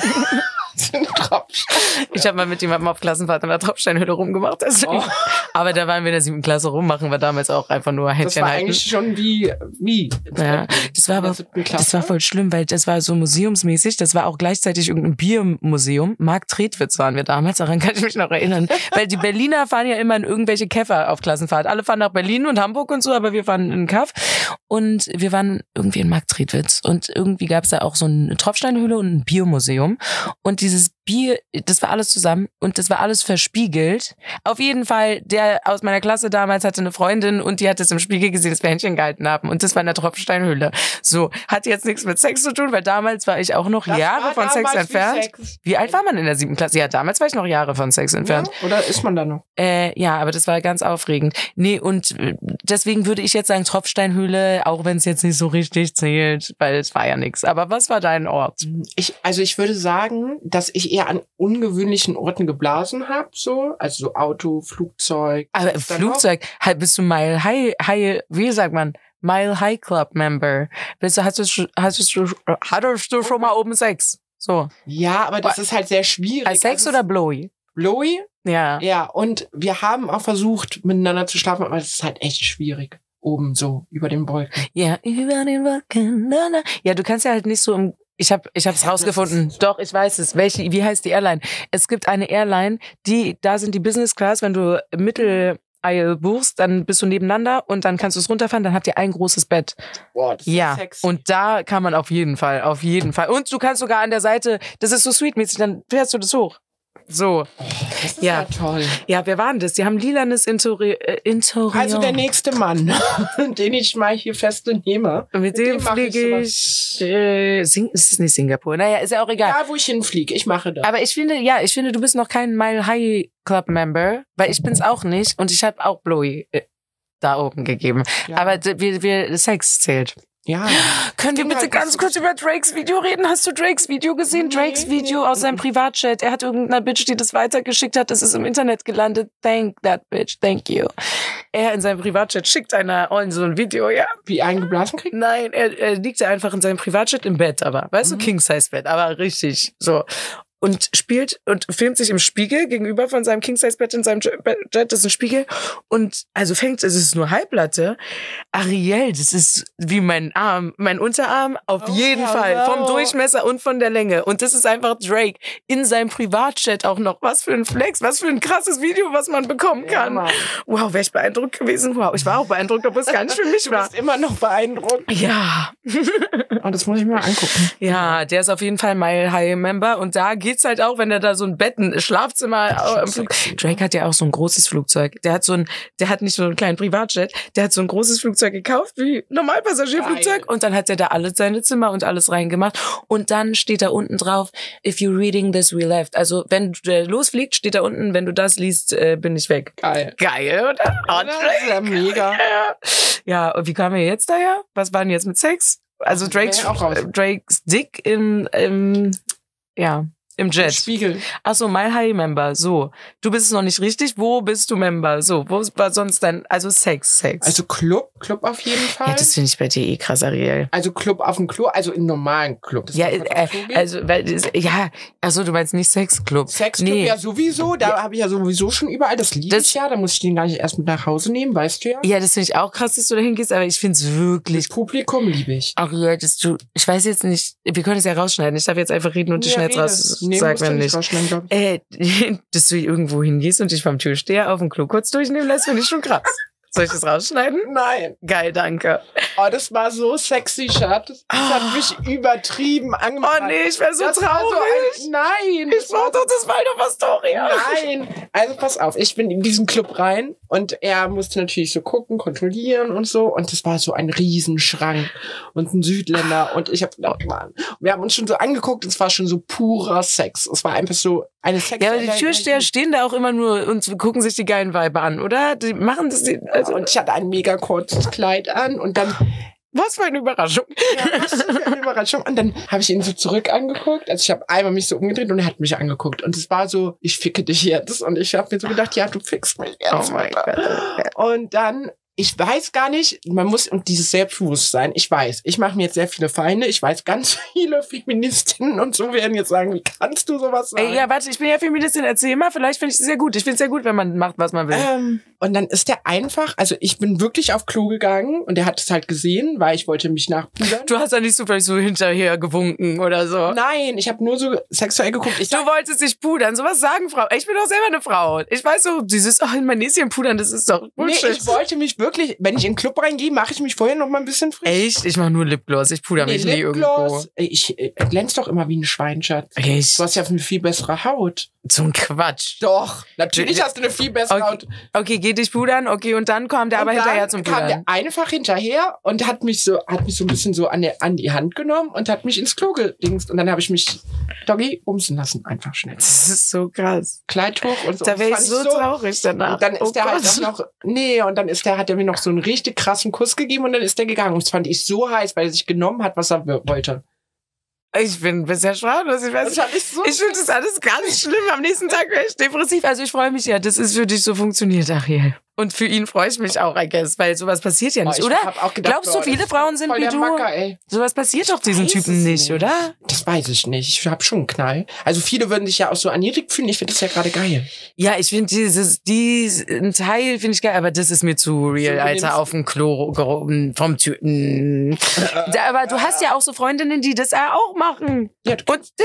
Ich habe mal mit jemandem auf Klassenfahrt in der Tropfsteinhöhle rumgemacht. Deswegen. Aber da waren wir in der 7. Klasse machen wir damals auch einfach nur Händchen halten. Das war eigentlich schon wie? Ja, das war voll schlimm, weil das war so museumsmäßig. Das war auch gleichzeitig irgendein Biermuseum. Markt Tretwitz waren wir damals, daran kann ich mich noch erinnern. Weil die Berliner fahren ja immer in irgendwelche Käfer auf Klassenfahrt. Alle fahren nach Berlin und Hamburg und so, aber wir fahren in einen Kaff. Und wir waren irgendwie in Markt Tretwitz. Und irgendwie gab es da auch so eine Tropfsteinhöhle und ein Biermuseum. Und dieses das war alles zusammen und das war alles verspiegelt. Auf jeden Fall, der aus meiner Klasse damals hatte eine Freundin und die hat es im Spiegel gesehen, dass wir Händchen gehalten haben und das war in der Tropfsteinhöhle. So, hat jetzt nichts mit Sex zu tun, weil damals war ich auch noch Jahre von Sex entfernt. Wie alt war man in der 7. Klasse? Ja, damals war ich noch Jahre von Sex entfernt. Ja, oder ist man da noch? Ja, aber das war ganz aufregend. Nee, und deswegen würde ich jetzt sagen Tropfsteinhöhle, auch wenn es jetzt nicht so richtig zählt, weil es war ja nichts. Aber was war dein Ort? Ich würde sagen, dass ich eher an ungewöhnlichen Orten geblasen habe, so. Also so Auto, Flugzeug. Aber Flugzeug, halt bist du Mile High, wie sagt man? Mile High Club Member. Hattest du schon mal oben Sex? So. Ja, aber das ist halt sehr schwierig. Als Sex oder Blowy? Blowy? Ja. Ja, und wir haben auch versucht, miteinander zu schlafen, aber es ist halt echt schwierig. Oben so, über den Wolken. Ja, über den Wolken. Ja, du kannst ja halt nicht so Ich hab's rausgefunden. Doch, ich weiß es. Wie heißt die Airline? Es gibt eine Airline, da sind die Business Class, wenn du Mittelaisle buchst, dann bist du nebeneinander und dann kannst du es runterfahren, dann habt ihr ein großes Bett. Boah, das ist sexy. Und da kann man auf jeden Fall. Und du kannst sogar an der Seite, das ist so sweetmäßig, dann fährst du das hoch. So. Das ist ja toll. Ja, wer war denn das? Die haben lilanes Interieur. Also der nächste Mann, den ich mal hier feste nehme. Mit dem fliege ich. Ist es nicht Singapur? Naja, ist ja auch egal. Ja, wo ich hinfliege, ich mache das. Aber ich finde, du bist noch kein Mile High Club Member, weil ich bin's auch nicht und ich habe auch Blowy da oben gegeben. Ja. Aber wir Sex zählt. Ja. Können wir bitte ganz kurz über Drakes Video reden? Hast du Drakes Video gesehen? Drakes Video aus seinem Privatchat. Er hat irgendeiner Bitch, die das weitergeschickt hat. Das ist im Internet gelandet. Thank that bitch. Thank you. Er in seinem Privatchat schickt einer Ollen so ein Video, ja. Wie eingeblasen kriegt? Nein, er liegt ja einfach in seinem Privatchat im Bett, aber. Weißt du, King-Size-Bett, aber richtig. So. Und spielt und filmt sich im Spiegel gegenüber von seinem King-Size-Bett in seinem Jet, das ist ein Spiegel. Und also es ist nur Halblatte. Ariel, das ist wie mein Unterarm, auf jeden Fall. Vom Durchmesser und von der Länge. Und das ist einfach Drake in seinem Privatchat auch noch. Was für ein Flex, was für ein krasses Video, was man bekommen kann. Ja, wow, wäre ich beeindruckt gewesen. Wow, ich war auch beeindruckt, obwohl es gar nicht für mich war. Du bist immer noch beeindruckt. Ja. Und das muss ich mir mal angucken. Ja, der ist auf jeden Fall Mile High Member. Und da geht's halt auch, wenn er da so ein Bett, ein Schlafzimmer Drake hat ja auch so ein großes Flugzeug. Der hat nicht so einen kleinen Privatjet, der hat so ein großes Flugzeug gekauft, wie Normalpassagierflugzeug. Und dann hat er da alles seine Zimmer und alles reingemacht. Und dann steht da unten drauf, if you're reading this, we left. Also, wenn der losfliegt, steht da unten, wenn du das liest, bin ich weg. Geil. Geil, oder? Oh, das ist ja mega. Ja, und wie kam er jetzt daher? Was war denn jetzt mit Sex? Also Drakes Dick im Jet. Spiegel. Achso, Mile High Member. So. Du bist es noch nicht richtig. Wo bist du Member? So. Wo war sonst dein, also Sex. Also Club auf jeden Fall. Ja, das finde ich bei dir eh krass, Ariel. Also Club auf dem Klo, also im normalen Club. Das also du meinst nicht Sexclub. Sexclub ja sowieso, da habe ich ja sowieso schon überall. Das liebe ich ja, da muss ich den gar nicht erst mit nach Hause nehmen, weißt du ja. Ja, das finde ich auch krass, dass du da hingehst, aber ich finde es wirklich. Das Publikum liebe ich. Ariel, ich weiß jetzt nicht, wir können es ja rausschneiden. Ich darf jetzt einfach reden und die schnell raus. Sag mir nicht. Dass du irgendwo hingehst und dich vom Türsteher auf dem Klo kurz durchnehmen lässt, finde ich schon krass. Soll ich das rausschneiden? Nein. Geil, danke. Oh, das war so sexy, Schatz. Das hat mich übertrieben angemacht. Oh nee, ich wäre so traurig. Nein. Ich brauch doch das Waldorf Astoria. Nein. Also pass auf, ich bin in diesen Club rein und er musste natürlich so gucken, kontrollieren und so. Und das war so ein Riesenschrank und ein Südländer. Und ich habe gedacht, Mann, wir haben uns schon so angeguckt, es war schon so purer Sex. Es war einfach so eine Sex. Ja, aber die Türsteher stehen da auch immer nur und gucken sich die geilen Weiber an, oder? Die machen das. Und ich hatte ein mega kurzes Kleid an und dann... Was für eine Überraschung. Ja, was für eine Überraschung. Und dann habe ich ihn so zurück angeguckt. Also ich habe einmal mich so umgedreht und er hat mich angeguckt. Und es war so, ich ficke dich jetzt. Und ich habe mir so gedacht, ja, du fickst mich jetzt. Oh mein Gott. Und dann... Ich weiß gar nicht, man muss, und dieses Selbstbewusstsein, ich weiß, ich mache mir jetzt sehr viele Feinde, ich weiß, ganz viele Feministinnen und so werden jetzt sagen, wie kannst du sowas sagen? Ey, ja, warte, ich bin ja Feministin, erzähl mal, vielleicht finde ich es sehr gut. Ich finde es sehr gut, wenn man macht, was man will. Und dann ist der einfach, also ich bin wirklich auf Klo gegangen und er hat es halt gesehen, weil ich wollte mich nachpudern. Du hast da nicht so vielleicht so hinterher gewunken oder so. Nein, ich habe nur so sexuell geguckt. Du wolltest dich pudern, sowas sagen Frauen. Ich bin doch selber eine Frau. Ich weiß so, dieses, mein Näschen pudern, das ist doch Bullshit. Nee, ich wollte mich wirklich, wenn ich in den Club reingehe, mache ich mich vorher noch mal ein bisschen frisch. Echt? Ich mache nur Lipgloss. Ich puder mich nie irgendwo. Ich glänze doch immer wie ein Schweinschatz. Echt? Du hast ja eine viel bessere Haut. So ein Quatsch. Doch, natürlich hast du eine viel bessere Haut. Okay, geh dich pudern, okay, und dann kam der aber hinterher zum Pudern. Kam der einfach hinterher und hat mich so ein bisschen so an die Hand genommen und hat mich ins Klo gedingst. Und dann habe ich mich Doggy bumsen lassen, einfach schnell. Das ist so krass. Kleid hoch und so. Da wäre ich so traurig danach. Und dann ist der halt auch noch, hat er mir noch so einen richtig krassen Kuss gegeben und dann ist der gegangen. Und das fand ich so heiß, weil er sich genommen hat, was er wollte. Ich bin bisher sprachlos. Ich finde das alles ganz schlimm. Am nächsten Tag wäre ich depressiv. Also ich freue mich ja, dass es für dich so funktioniert, Ariel. Und für ihn freue ich mich auch, I guess, weil sowas passiert ja nicht, oder? Hab auch gedacht, glaubst du, viele Frauen sind wie du? Macker, ey. Sowas passiert doch diesen Typen nicht, oder? Das weiß ich nicht. Ich habe schon einen Knall. Also viele würden sich ja auch so erniedrigt fühlen. Ich finde das ja gerade geil. Ja, ich finde diesen Teil finde ich geil, aber das ist mir zu real, so, Alter, auf dem Klo vom Typen. Aber du hast ja auch so Freundinnen, die das auch machen. Ja,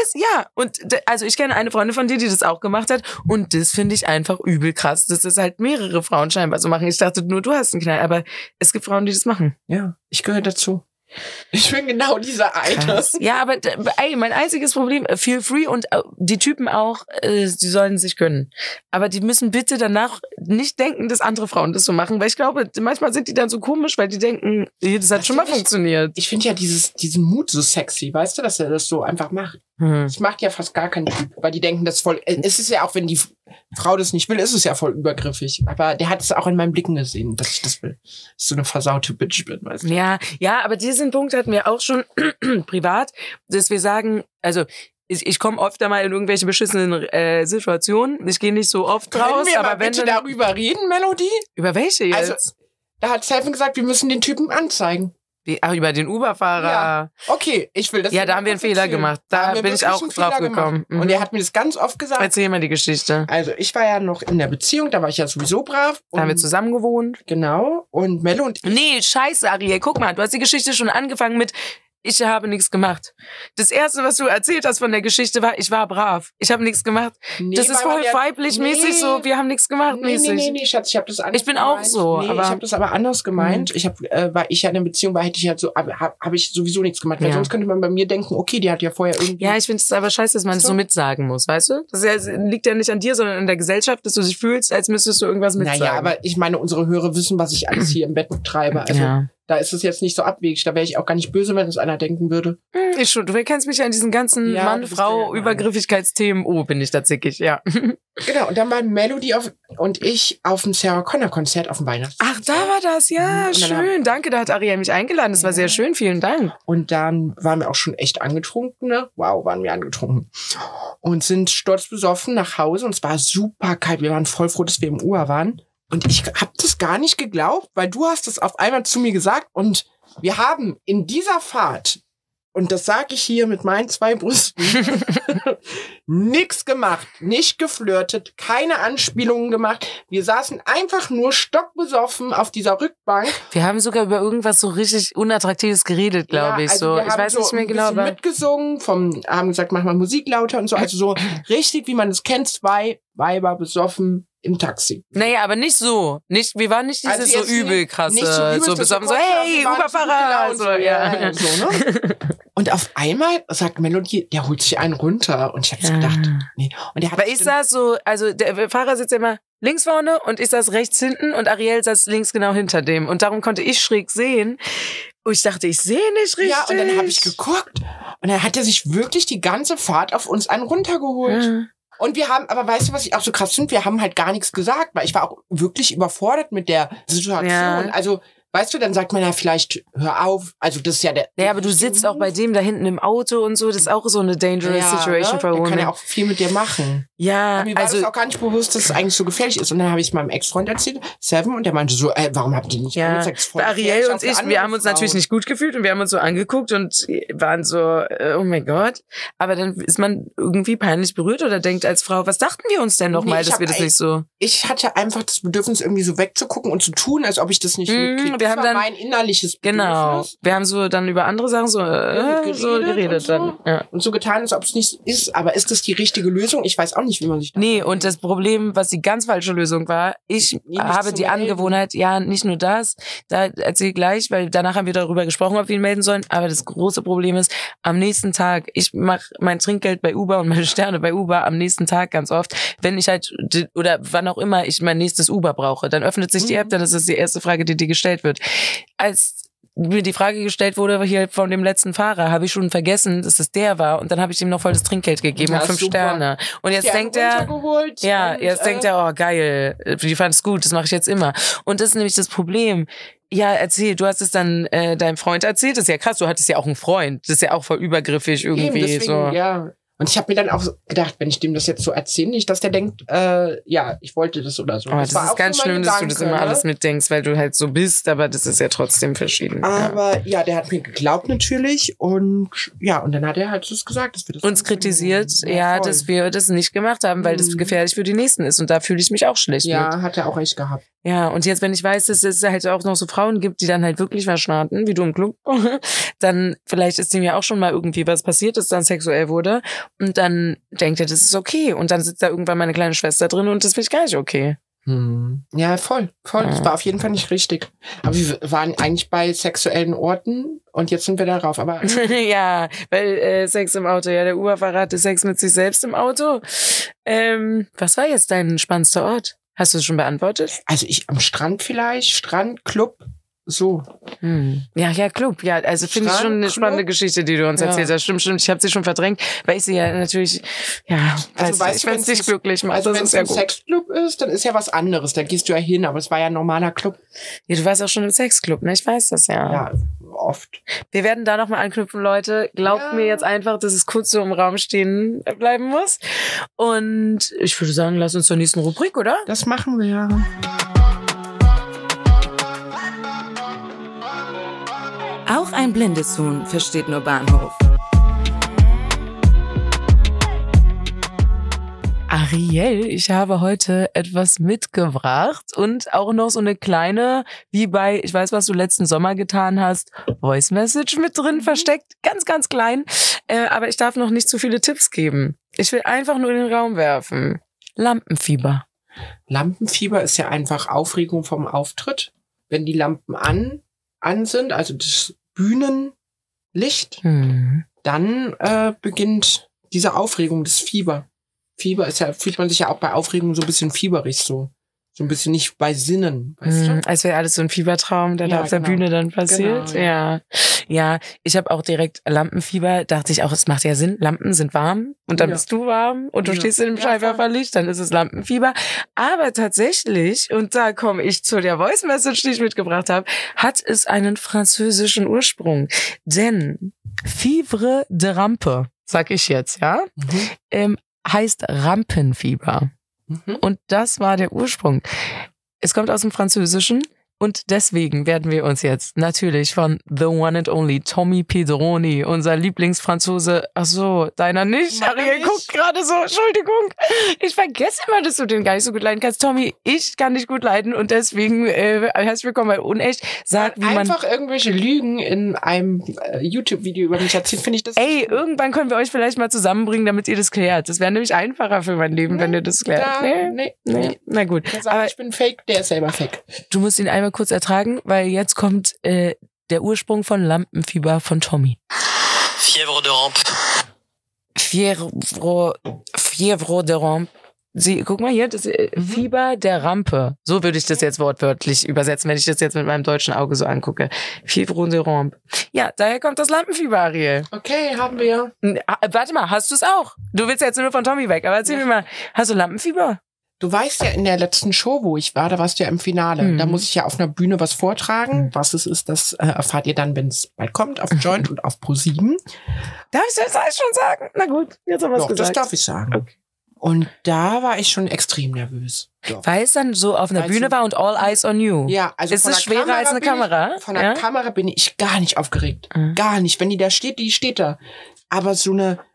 also ich kenne eine Freundin von dir, die das auch gemacht hat und das finde ich einfach übel krass. Das ist halt mehrere Frauen scheinbar so machen. Ich dachte nur, du hast einen Knall, aber es gibt Frauen, die das machen. Ja, ich gehöre dazu. Ich bin genau dieser eine. Krass. Ja, aber mein einziges Problem, feel free und die Typen auch, die sollen sich gönnen. Aber die müssen bitte danach nicht denken, dass andere Frauen das so machen, weil ich glaube, manchmal sind die dann so komisch, weil die denken, das hat schon mal funktioniert. Ich finde ja diesen Mut so sexy, weißt du, dass er das so einfach macht. Das macht ja fast gar kein Typ, weil die denken, das voll, es ist ja auch, wenn die Frau das nicht will, ist es ja voll übergriffig. Aber der hat es auch in meinen Blicken gesehen, dass ich das will. Dass ich so eine versaute Bitch bin, weißt du. Ja, aber diesen Punkt hatten wir auch schon privat, dass wir sagen, also ich komme oft einmal in irgendwelche beschissenen Situationen. Ich gehe nicht so oft raus. Können wir aber mal bitte darüber reden, Melody? Über welche jetzt? Also, da hat Steffen gesagt, wir müssen den Typen anzeigen. Über den Uber-Fahrer. Ja. Okay, ich will das. Ja, da haben wir einen Fehler gemacht. Da bin ich auch drauf gekommen. Und er hat mir das ganz oft gesagt. Erzähl mal die Geschichte. Also, ich war ja noch in der Beziehung, da war ich ja sowieso brav. Da haben wir zusammen gewohnt. Genau. Und Melle und ich. Nee, scheiße, Ariel. Guck mal, du hast die Geschichte schon angefangen mit ich habe nichts gemacht. Das Erste, was du erzählt hast von der Geschichte war, ich war brav. Ich habe nichts gemacht. Nee, das ist voll weiblich mäßig so, wir haben nichts gemacht mäßig. Nee, Schatz, ich habe das anders Ich bin auch so. Nee, aber ich habe das aber anders gemeint. Weil ich ja in einer Beziehung war, hätte ich halt so, habe ich sowieso nichts gemacht. Weil sonst könnte man bei mir denken, okay, die hat ja vorher irgendwie... Ja, ich finde es aber scheiße, dass man es so mitsagen muss, weißt du? Das liegt ja nicht an dir, sondern an der Gesellschaft, dass du dich fühlst, als müsstest du irgendwas mitsagen. Naja, aber ich meine, unsere Hörer wissen, was ich alles hier im Bett treibe. Also da ist es jetzt nicht so abwegig. Da wäre ich auch gar nicht böse, wenn es einer denken würde. Ich schon. Du kennst mich ja in diesen ganzen Mann-Frau-Übergriffigkeitsthemen. Oh, bin ich da zickig, ja. Genau, und dann waren Melody und ich auf dem Sarah Connor Konzert auf dem Weihnachtsfest. Ach, da war das, ja, schön. Danke, da hat Ariel mich eingeladen. Das war sehr schön, vielen Dank. Und dann waren wir auch schon echt angetrunken, ne? Wow, waren wir angetrunken. Und sind sturzbesoffen nach Hause und es war super kalt. Wir waren voll froh, dass wir im Uhr waren. Und ich hab das gar nicht geglaubt, weil du hast es auf einmal zu mir gesagt und wir haben in dieser Fahrt, und das sage ich hier mit meinen 2 Brüsten, nix gemacht, nicht geflirtet, keine Anspielungen gemacht. Wir saßen einfach nur stockbesoffen auf dieser Rückbank. Wir haben sogar über irgendwas so richtig Unattraktives geredet, glaube ich. Also so. Ich weiß nicht mehr genau. Wir haben mitgesungen, haben gesagt, mach mal Musik lauter und so. Also so richtig, wie man es kennt, 2 Weiber besoffen im Taxi. Naja, aber nicht so. Wir waren nicht dieses so übel krasse, nicht so, übel, so besoffen, so hey, Uberfahrer. So, ja. So, ne? Und auf einmal sagt Melody, der holt sich einen runter. Und ich hab so gedacht, nee. Und der hat aber ich saß so, also der Fahrer sitzt ja immer links vorne und ich saß rechts hinten und Ariel saß links genau hinter dem. Und darum konnte ich schräg sehen. Und ich dachte, ich sehe nicht richtig. Ja, und dann habe ich geguckt. Und dann hat er sich wirklich die ganze Fahrt auf uns einen runtergeholt. Ja. Und wir haben, aber weißt du, was ich auch so krass finde? Wir haben halt gar nichts gesagt, weil ich war auch wirklich überfordert mit der Situation. Ja. Also, weißt du, dann sagt man ja vielleicht, hör auf. Also, das ist ja der... Ja, aber du sitzt auch bei dem da hinten im Auto und so. Das ist auch so eine dangerous situation for a woman. Der kann ja auch viel mit dir machen. Ja, mir war das auch gar nicht bewusst, dass es eigentlich so gefährlich ist. Und dann habe ich es meinem Ex-Freund erzählt, Seven, und der meinte so, warum habt ihr nicht angezeigt? Ariel und ich, wir haben uns natürlich nicht gut gefühlt und wir haben uns so angeguckt und waren so, oh mein Gott. Aber dann ist man irgendwie peinlich berührt oder denkt als Frau, was dachten wir uns denn nochmal, dass wir das nicht so... Ich hatte einfach das Bedürfnis, irgendwie so wegzugucken und zu tun, als ob ich das nicht mitkriege. und wir haben dann mein innerliches genau, Bedürfnis. wir haben so dann über andere Sachen so geredet und so. dann. Ja. Und so getan, als ob es nicht ist. Aber ist das die richtige Lösung? Ich weiß auch nicht, wie man sich da. Nee, und das Problem, was die ganz falsche Lösung war, ich habe die Angewohnheit, ja, nicht nur das, da erzähl ich gleich, weil danach haben wir darüber gesprochen, ob wir ihn melden sollen, aber das große Problem ist, am nächsten Tag, ich mache mein Trinkgeld bei Uber und meine Sterne bei Uber am nächsten Tag ganz oft, wenn ich halt, oder wann auch immer ich mein nächstes Uber brauche, dann öffnet sich die App, dann ist das die erste Frage, die dir gestellt wird. Als mir die Frage gestellt wurde hier von dem letzten Fahrer, habe ich schon vergessen, dass es der war und dann habe ich ihm noch voll das Trinkgeld gegeben und 5 super. Sterne. Und jetzt denkt er, denkt er, oh geil, die fand es gut, das mache ich jetzt immer. Und das ist nämlich das Problem. Ja, erzähl, du hast es dann deinem Freund erzählt, das ist ja krass, du hattest ja auch einen Freund, das ist ja auch voll übergriffig irgendwie. Eben, deswegen, so. Ja. Und ich habe mir dann auch gedacht, wenn ich dem das jetzt so erzähle, nicht, dass der denkt, ja, ich wollte das oder so. Oh, das ist ganz schlimm, dass du das immer alles mitdenkst, weil du halt so bist, aber das ist ja trotzdem verschieden. Aber ja, der hat mir geglaubt natürlich und ja, und dann hat er halt das gesagt, dass wir das uns kritisiert, dass wir das nicht gemacht haben, weil das gefährlich für die Nächsten ist und da fühle ich mich auch schlecht mit. Ja, hat er auch recht gehabt. Ja, und jetzt, wenn ich weiß, dass es halt auch noch so Frauen gibt, die dann halt wirklich verschnarten, wie du im Club, dann vielleicht ist dem ja auch schon mal irgendwie was passiert, das dann sexuell wurde. Und dann denkt er, das ist okay. Und dann sitzt da irgendwann meine kleine Schwester drin und das finde ich gar nicht okay. Ja, voll. Das war auf jeden Fall nicht richtig. Aber wir waren eigentlich bei sexuellen Orten und jetzt sind wir darauf. Aber ja, weil Sex im Auto, ja, der Uberfahrer hatte Sex mit sich selbst im Auto. Was war jetzt dein spannendster Ort? Hast du es schon beantwortet? Also ich am Strand vielleicht, Strand, Club, so. Ja, Club. Ja, also finde ich schon eine spannende Geschichte, die du uns erzählt hast. Stimmt. Ich habe sie schon verdrängt, weil ich sie ja natürlich, also ich wenn es dich glücklich macht. Also wenn es ja ein Sexclub ist, dann ist ja was anderes. Da gehst du ja hin, aber es war ja ein normaler Club. Ja, du warst auch schon im Sexclub, ne? Ich weiß das ja. Ja, oft. Wir werden da nochmal anknüpfen, Leute. Glaubt mir jetzt einfach, dass es kurz so im Raum stehen bleiben muss. Und ich würde sagen, lass uns zur nächsten Rubrik, oder? Das machen wir. Auch ein blindes Huhn versteht nur Bahnhof. Ariel, ich habe heute etwas mitgebracht und auch noch so eine kleine, wie bei, ich weiß, was du letzten Sommer getan hast, Voice Message mit drin versteckt. Ganz, ganz klein. Aber ich darf noch nicht zu viele Tipps geben. Ich will einfach nur in den Raum werfen. Lampenfieber. Lampenfieber ist ja einfach Aufregung vom Auftritt. Wenn die Lampen an sind, also das Bühnenlicht, dann beginnt diese Aufregung, das Fieber. Fieber ist ja, fühlt man sich ja auch bei Aufregung so ein bisschen fieberig, so ein bisschen nicht bei Sinnen, weißt du? Als wäre alles so ein Fiebertraum, der da auf der Bühne dann passiert. Genau, ja, ich habe auch direkt Lampenfieber, dachte ich auch, es macht ja Sinn, Lampen sind warm und dann bist du warm und du stehst in dem Scheinwerferlicht, dann ist es Lampenfieber. Aber tatsächlich, und da komme ich zu der Voice Message, die ich mitgebracht habe, hat es einen französischen Ursprung. Denn Fièvre de Rampe, sag ich jetzt, ja, heißt Rampenfieber. Und das war der Ursprung. Es kommt aus dem Französischen und deswegen werden wir uns jetzt natürlich von The One and Only Tommy Pedroni, unser Lieblingsfranzose, ach so, deiner nicht, Ariel guckt gerade so, Entschuldigung, ich vergesse immer, dass du den gar nicht so gut leiden kannst. Tommy, ich kann dich gut leiden und deswegen herzlich willkommen bei Unecht. Sag, wie man einfach irgendwelche Lügen in einem YouTube-Video über mich erzählt, finde ich das. Ey, irgendwann können wir euch vielleicht mal zusammenbringen, damit ihr das klärt. Das wäre nämlich einfacher für mein Leben, wenn ihr das klärt. Nee. Na gut. Aber ich bin fake, der ist selber fake. Du musst ihn einmal kurz ertragen, weil jetzt kommt der Ursprung von Lampenfieber von Tommy. Fièvre de Rampe. Fièvre de Rampe. Guck mal hier, das Fieber der Rampe. So würde ich das jetzt wortwörtlich übersetzen, wenn ich das jetzt mit meinem deutschen Auge so angucke. Fièvre de Rampe. Ja, daher kommt das Lampenfieber, Ariel. Okay, haben wir. Warte mal, hast du es auch? Du willst jetzt nur von Tommy weg, aber erzähl mir mal, hast du Lampenfieber? Du weißt ja, in der letzten Show, wo ich war, da warst du ja im Finale. Da muss ich ja auf einer Bühne was vortragen. Was es ist, das erfahrt ihr dann, wenn es bald kommt, auf Joint und auf Pro7. Darf ich das alles schon sagen? Na gut, jetzt haben wir es gesagt. Das darf ich sagen. Okay. Und da war ich schon extrem nervös. Doch. Weil es dann so auf einer Bühne war und all eyes on you. Ja, also ist es schwerer als eine Kamera? Von der Kamera bin ich gar nicht aufgeregt. Gar nicht. Wenn die da steht, die steht da. Aber so eine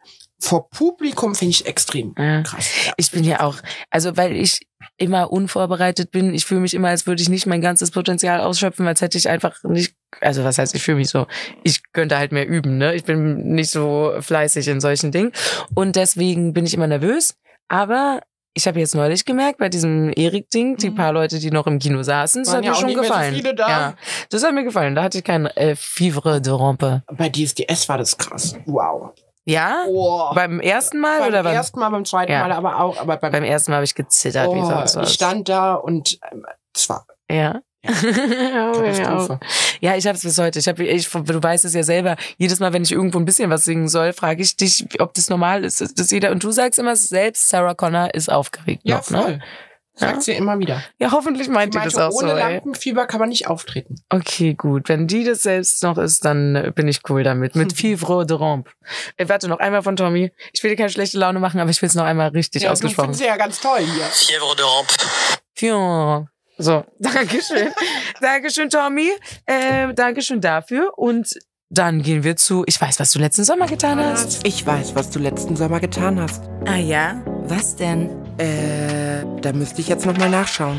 vor Publikum finde ich extrem krass. Ja. Ich bin ja auch, also weil ich immer unvorbereitet bin, ich fühle mich immer, als würde ich nicht mein ganzes Potenzial ausschöpfen, als hätte ich einfach nicht, also was heißt, ich fühle mich so, ich könnte halt mehr üben, ne? Ich bin nicht so fleißig in solchen Dingen und deswegen bin ich immer nervös, aber ich habe jetzt neulich gemerkt, bei diesem Erik-Ding, die paar Leute, die noch im Kino saßen, das hat mir schon gefallen. So viele da. Ja, das hat mir gefallen, da hatte ich kein Fièvre de Rampe. Bei DSDS war das krass. Wow. Ja? Oh. Beim ersten Mal oder beim ersten Mal, beim zweiten Mal aber auch. Aber beim ersten Mal habe ich gezittert, wie sonst was. Ich stand da und es war... Ja. Katastrophe. Ja, ich habe es bis heute. Du weißt es ja selber. Jedes Mal, wenn ich irgendwo ein bisschen was singen soll, frage ich dich, ob das normal ist, dass jeder. Und du sagst immer, selbst Sarah Connor ist aufgeregt. Ja, noch, voll. Ne? Sagt sie immer wieder. Ja, hoffentlich meint die das auch ohne so. Ohne Lampenfieber kann man nicht auftreten. Okay, gut. Wenn die das selbst noch ist, dann bin ich cool damit. Mit Fièvre de Rampe. Warte, noch einmal von Tommy. Ich will dir keine schlechte Laune machen, aber ich will es noch einmal richtig ausgesprochen. Du findest ja ganz toll hier. Fièvre de Rampe. Fièvre. So, Dankeschön. Dankeschön, Tommy. Dankeschön dafür. Und dann gehen wir zu Ich weiß, was du letzten Sommer getan hast. Ich weiß, was du letzten Sommer getan hast. Ah ja? Was denn? Da müsste ich jetzt nochmal nachschauen.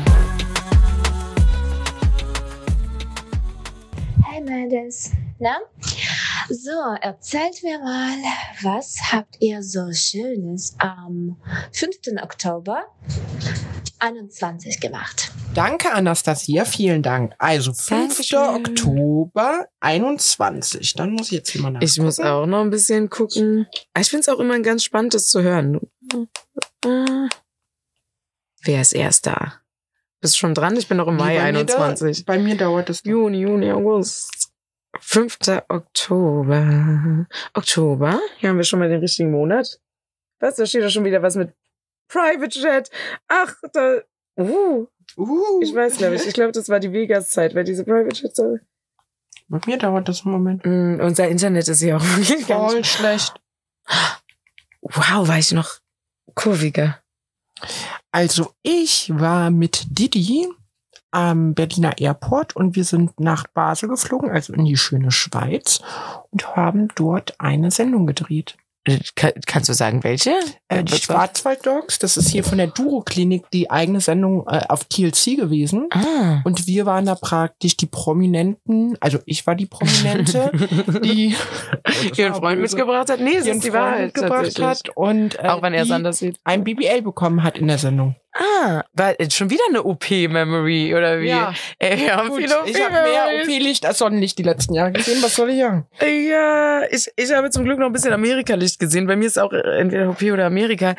Hey Mädels, na? So, erzählt mir mal, was habt ihr so Schönes am 5. Oktober 21 gemacht? Danke, Anastasia, vielen Dank. Also 5. Oktober 21. Dann muss ich jetzt hier mal nachgucken. Ich muss auch noch ein bisschen gucken. Ich finde es auch immer ganz spannend, das zu hören. Wer ist erst da? Bist schon dran? Ich bin noch im Mai 21. Bei mir dauert es. Juni, August. 5. Oktober. Oktober? Hier haben wir schon mal den richtigen Monat. Was? Da steht doch schon wieder was mit Private Jet. Ach, da. Ich weiß, glaube ich. Ich glaube, das war die Vegas-Zeit, weil diese Private Jets. Bei mir dauert das einen Moment. Unser Internet ist ja auch wirklich voll schlecht. Wow, war ich noch kurviger. Also ich war mit Didi am Berliner Airport und wir sind nach Basel geflogen, also in die schöne Schweiz und haben dort eine Sendung gedreht. Kannst du sagen, welche? Die Schwarzwald-Dogs, das ist hier von der Duro-Klinik die eigene Sendung auf TLC gewesen. Ah. Und wir waren da praktisch die Prominenten, also ich war die Prominente, die ihren Freund mitgebracht hat. Nee, es ist die Wahrheit mitgebracht hat und auch wenn er es anders sieht. Ein BBL bekommen hat in der Sendung. War schon wieder eine OP-Memory, oder wie? Ja. Wir haben Gut, viele ich habe mehr OP-Licht als Sonnenlicht die letzten Jahre gesehen. Was soll ich sagen? Ja, ich habe zum Glück noch ein bisschen Amerika-Licht gesehen. Bei mir ist auch entweder OP oder Amerika.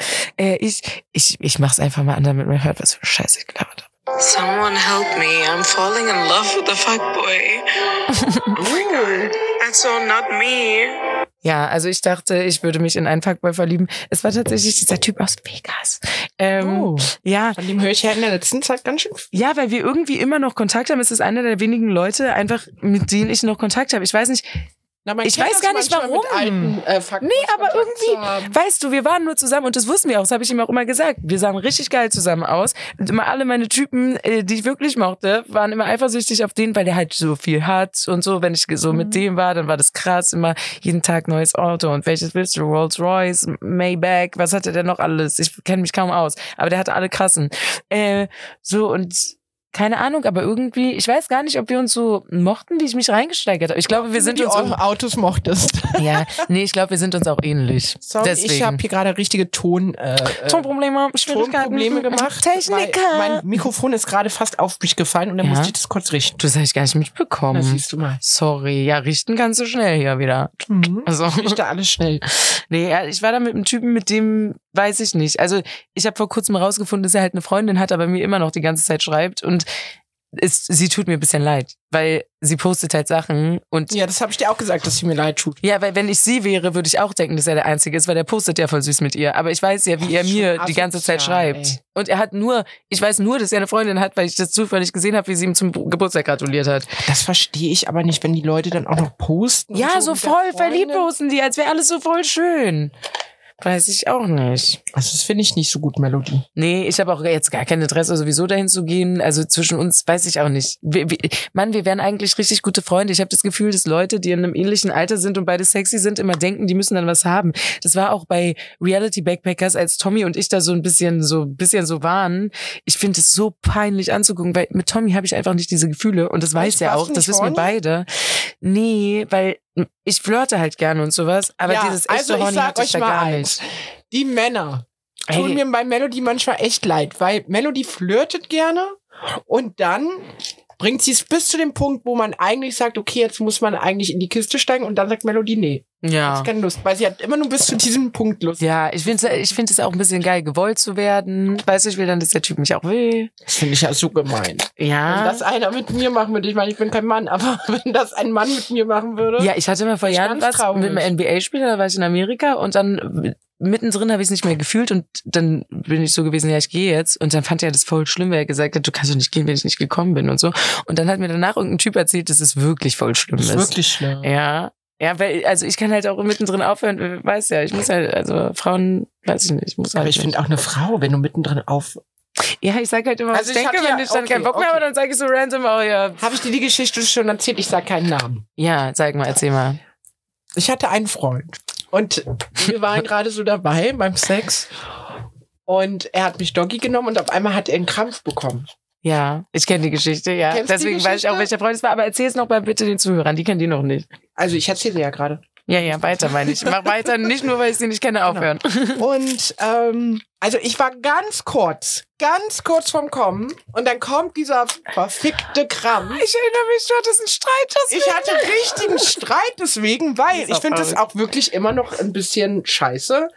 Ich mach's einfach mal an, damit man hört, was für Scheiße ich gelabert habe. Someone help me. I'm falling in love with the fuckboy. Oh my God. That's so not me. Ja, also ich dachte, ich würde mich in einen Fuckboy verlieben. Es war tatsächlich dieser Typ aus Vegas. Ja. Von dem höre ich ja in der letzten Zeit ganz schön viel. Ja, weil wir irgendwie immer noch Kontakt haben. Es ist einer der wenigen Leute, einfach mit denen ich noch Kontakt habe. Ich weiß nicht. Ich weiß gar nicht, warum. Nee, aber irgendwie, weißt du, wir waren nur zusammen und das wussten wir auch, das habe ich ihm auch immer gesagt. Wir sahen richtig geil zusammen aus und immer alle meine Typen, die ich wirklich mochte, waren immer eifersüchtig auf den, weil der halt so viel hat und so. Wenn ich so mit dem war, dann war das krass, immer jeden Tag neues Auto und welches willst du? Rolls Royce, Maybach, was hatte der noch alles? Ich kenne mich kaum aus, aber der hatte alle krassen. So und keine Ahnung, aber irgendwie, ich weiß gar nicht, ob wir uns so mochten, wie ich mich reingesteigert habe. Ich glaube, wir sind uns Autos mochtest. Ja, nee, ich glaube, wir sind uns auch ähnlich. Sorry, deswegen. Ich habe hier gerade richtige Tonprobleme gemacht. Techniker. Mein Mikrofon ist gerade fast auf mich gefallen und dann musste ich das kurz richten. Das habe ich gar nicht mitbekommen. Das siehst du mal. Sorry, ja, richten kannst du schnell hier wieder. Also ich richte alles schnell. Nee, ich war da mit einem Typen, mit dem weiß ich nicht. Also ich habe vor kurzem rausgefunden, dass er halt eine Freundin hat, aber mir immer noch die ganze Zeit schreibt und sie tut mir ein bisschen leid, weil sie postet halt Sachen und... Ja, das habe ich dir auch gesagt, dass sie mir leid tut. Ja, weil wenn ich sie wäre, würde ich auch denken, dass er der Einzige ist, weil der postet ja voll süß mit ihr. Aber ich weiß ja, wie er mir die ganze Zeit schreibt. Ey. Und er hat ich weiß nur, dass er eine Freundin hat, weil ich das zufällig gesehen habe, wie sie ihm zum Geburtstag gratuliert hat. Das verstehe ich aber nicht, wenn die Leute dann auch noch posten. Ja, so voll verliebt posten die, als wäre alles so voll schön. Weiß ich auch nicht. Also das finde ich nicht so gut, Melodie. Nee, ich habe auch jetzt gar kein Interesse, sowieso dahin zu gehen. Also zwischen uns weiß ich auch nicht. Wir wären eigentlich richtig gute Freunde. Ich habe das Gefühl, dass Leute, die in einem ähnlichen Alter sind und beide sexy sind, immer denken, die müssen dann was haben. Das war auch bei Reality Backpackers, als Tommy und ich da so ein bisschen so waren. Ich finde es so peinlich anzugucken, weil mit Tommy habe ich einfach nicht diese Gefühle und das weiß er auch, das wissen wir beide. Nee, weil ich flirte halt gerne und sowas, aber ja, dieses echte Horny hatte ich da gar nicht. Die Männer tun mir bei Melodie manchmal echt leid, weil Melodie flirtet gerne und dann bringt sie es bis zu dem Punkt, wo man eigentlich sagt, okay, jetzt muss man eigentlich in die Kiste steigen und dann sagt Melodie, nee. Ja. Ich keine Lust, weil sie hat immer nur bis zu diesem Punkt Lust. Ja, ich finde es auch ein bisschen geil, gewollt zu werden. Weißt du, ich will dann, dass der Typ mich auch will. Das finde ich ja so gemein. Ja. Wenn das einer mit mir machen würde, ich meine, ich bin kein Mann, aber wenn das ein Mann mit mir machen würde. Ja, ich hatte mal vor Jahren was mit einem NBA-Spieler, da war ich in Amerika und dann mittendrin habe ich es nicht mehr gefühlt und dann bin ich so gewesen, ja, ich gehe jetzt. Und dann fand er das voll schlimm, weil er gesagt hat, du kannst doch nicht gehen, wenn ich nicht gekommen bin und so. Und dann hat mir danach irgendein Typ erzählt, dass es wirklich voll schlimm ist. Das ist wirklich schlimm. Ja. Ja, weil, also ich kann halt auch mittendrin aufhören, weiß ja, ich muss halt, also Frauen, weiß ich nicht, ich muss halt. Aber ich finde auch eine Frau, wenn du mittendrin Ja, ich sag halt immer, was also ich denke, wenn ich dann keinen Bock mehr habe, dann sage ich so random, oh ja. Habe ich dir die Geschichte schon erzählt? Ich sag keinen Namen. Ja, sag mal, erzähl mal. Ich hatte einen Freund und wir waren gerade so dabei beim Sex und er hat mich Doggy genommen und auf einmal hat er einen Krampf bekommen. Ja, ich kenne die Geschichte, ja. Kennst deswegen weiß ich auch, welcher Freund es war, aber erzähl es noch mal bitte den Zuhörern, die kennen die noch nicht. Also ich erzähle ja gerade. Ja, weiter meine ich. Mach weiter, nicht nur, weil ich sie nicht kenne, aufhören. Und also ich war ganz kurz vorm Kommen und dann kommt dieser verfickte Krampf. Ich erinnere mich, du hattest einen Streit deswegen. Ich hatte richtigen Streit deswegen, weil ich finde das auch wirklich immer noch ein bisschen scheiße.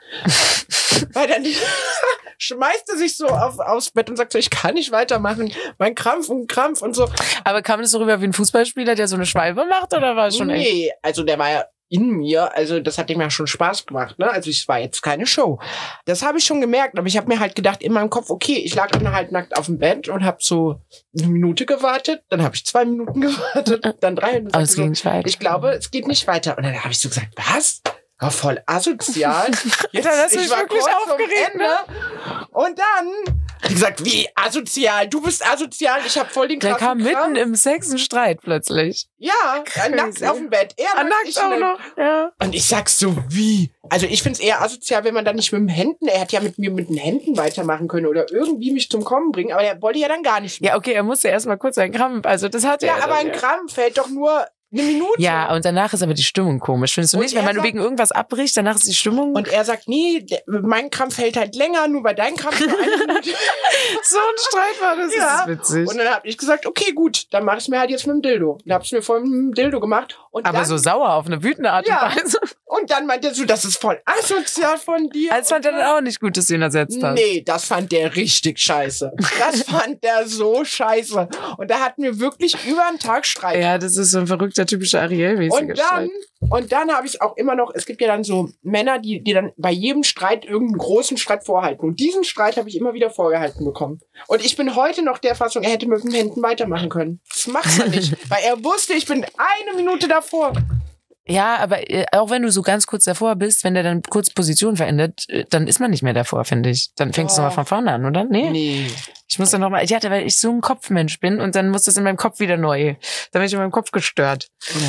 Weil dann schmeißt er sich so aufs Bett und sagt so, ich kann nicht weitermachen. Mein Krampf und so. Aber kam das so rüber wie ein Fußballspieler, der so eine Schwalbe macht, oder war es schon echt? Nee, also der war ja in mir, also das hat ihm ja schon Spaß gemacht, ne? Also es war jetzt keine Show. Das habe ich schon gemerkt, aber ich habe mir halt gedacht in meinem Kopf, okay, ich lag dann halt nackt auf dem Bett und habe so 1 Minute gewartet, dann habe ich 2 Minuten gewartet, dann 3 und dann so, ich glaube, es geht nicht weiter. Und dann habe ich so gesagt, was? War voll asozial. Jetzt, dann hast du mich wirklich aufgeregt, ne? Und dann hat gesagt, wie asozial? Du bist asozial. Ich habe voll den Der kam mitten im Sex ein Streit plötzlich. Ja, nackt auf dem Bett. Er nackt auch noch. Ja. Und ich sag so, wie? Also ich find's eher asozial, wenn man dann nicht mit den Händen, er hätte ja mit mir mit den Händen weitermachen können oder irgendwie mich zum Kommen bringen, aber er wollte ja dann gar nicht mehr. Ja, okay, er musste erst mal kurz einen Krampf, also das hat er. Ja, aber ein Krampf fällt doch nur 1 Minute. Ja, und danach ist aber die Stimmung komisch. Findest du nicht? Wenn man wegen irgendwas abbricht, danach ist die Stimmung... Und er sagt, nee, mein Krampf hält halt länger, nur bei deinem Krampf nur 1 Minute. So ein Streit war das, ja. Das ist witzig. Und dann habe ich gesagt, okay, gut, dann mach ich es mir halt jetzt mit dem Dildo. Dann habe ich es mir voll mit dem Dildo gemacht. Und aber dann, so sauer, auf eine wütende Art und Weise. Und dann meinte er so, das ist voll asozial von dir. Das fand er dann auch nicht gut, dass du ihn ersetzt hast. Nee, das fand der richtig scheiße. Das fand der so scheiße. Und da hatten wir wirklich über einen Tag Streit. Ja, das ist so ein verrückter, typischer Ariel-mäßiger Streit. Und dann habe ich es auch immer noch, es gibt ja dann so Männer, die dann bei jedem Streit irgendeinen großen Streit vorhalten. Und diesen Streit habe ich immer wieder vorgehalten bekommen. Und ich bin heute noch der Fassung, er hätte mit den Händen weitermachen können. Das macht man nicht, weil er wusste, ich bin 1 Minute davor. Ja, aber auch wenn du so ganz kurz davor bist, wenn der dann kurz Position verändert, dann ist man nicht mehr davor, finde ich. Dann fängst du mal von vorne an, oder? Nee. Ich muss dann nochmal, weil ich so ein Kopfmensch bin und dann muss das in meinem Kopf wieder neu. Dann bin ich in meinem Kopf gestört.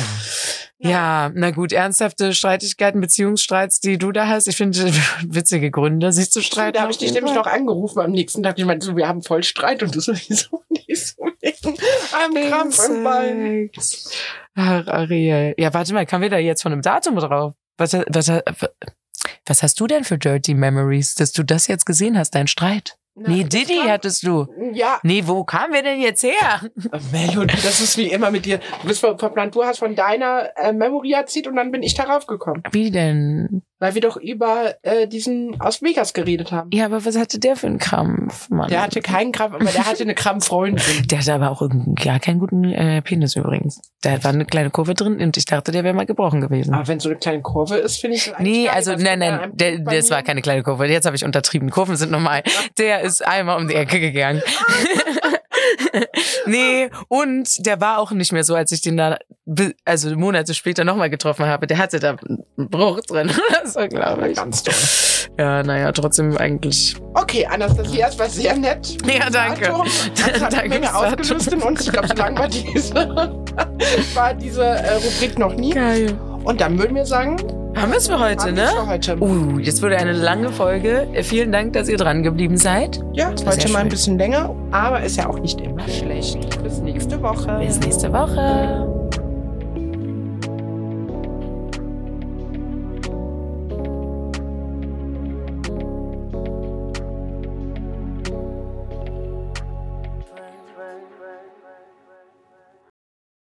Ja, na gut, ernsthafte Streitigkeiten, Beziehungsstreits, die du da hast. Ich finde witzige Gründe, sich zu streiten. Da habe ich dich nämlich noch angerufen am nächsten Tag. Ich meinte so, wir haben voll Streit und du sowieso nicht so am Krampf im Bein. Ach, Ariel. Ja, warte mal, kamen wir da jetzt von einem Datum drauf? Was hast du denn für Dirty Memories, dass du das jetzt gesehen hast, dein Streit? Nee, Diddy hattest du. Ja. Nee, wo kamen wir denn jetzt her? Melodie, das ist wie immer mit dir. Du bist verplant, du hast von deiner Memory erzählt und dann bin ich darauf gekommen. Wie denn? Weil wir doch über diesen aus Vegas geredet haben. Ja, aber was hatte der für einen Krampf, Mann? Der hatte keinen Krampf, aber der hatte eine Krampffreundin. Der hatte aber auch gar keinen guten Penis übrigens. Da war eine kleine Kurve drin und ich dachte, der wäre mal gebrochen gewesen. Aber wenn so eine kleine Kurve ist, finde ich das eigentlich Nee, geil, also nein, das war keine kleine Kurve. Jetzt habe ich untertrieben. Kurven sind normal. Der ist einmal um die Ecke gegangen. Nee, und der war auch nicht mehr so, als ich den da, also Monate später nochmal getroffen habe. Der hatte da einen Bruch drin oder so, glaube ich. Ganz toll. Ja, naja, trotzdem eigentlich. Okay, Anastasia, es war sehr nett. Ja, danke. Das hat eine Menge Sato. ausgelöst in uns. Ich glaube, so lang war diese Rubrik noch nie. Geil. Und dann würden wir sagen, Haben wir es für heute, haben ne? wir es für heute. Jetzt wurde eine lange Folge. Vielen Dank, dass ihr dran geblieben seid. Ja, Das war heute sehr mal ein schön. bisschen länger, aber ist ja auch nicht immer schlecht. Bis nächste Woche. Bis nächste Woche.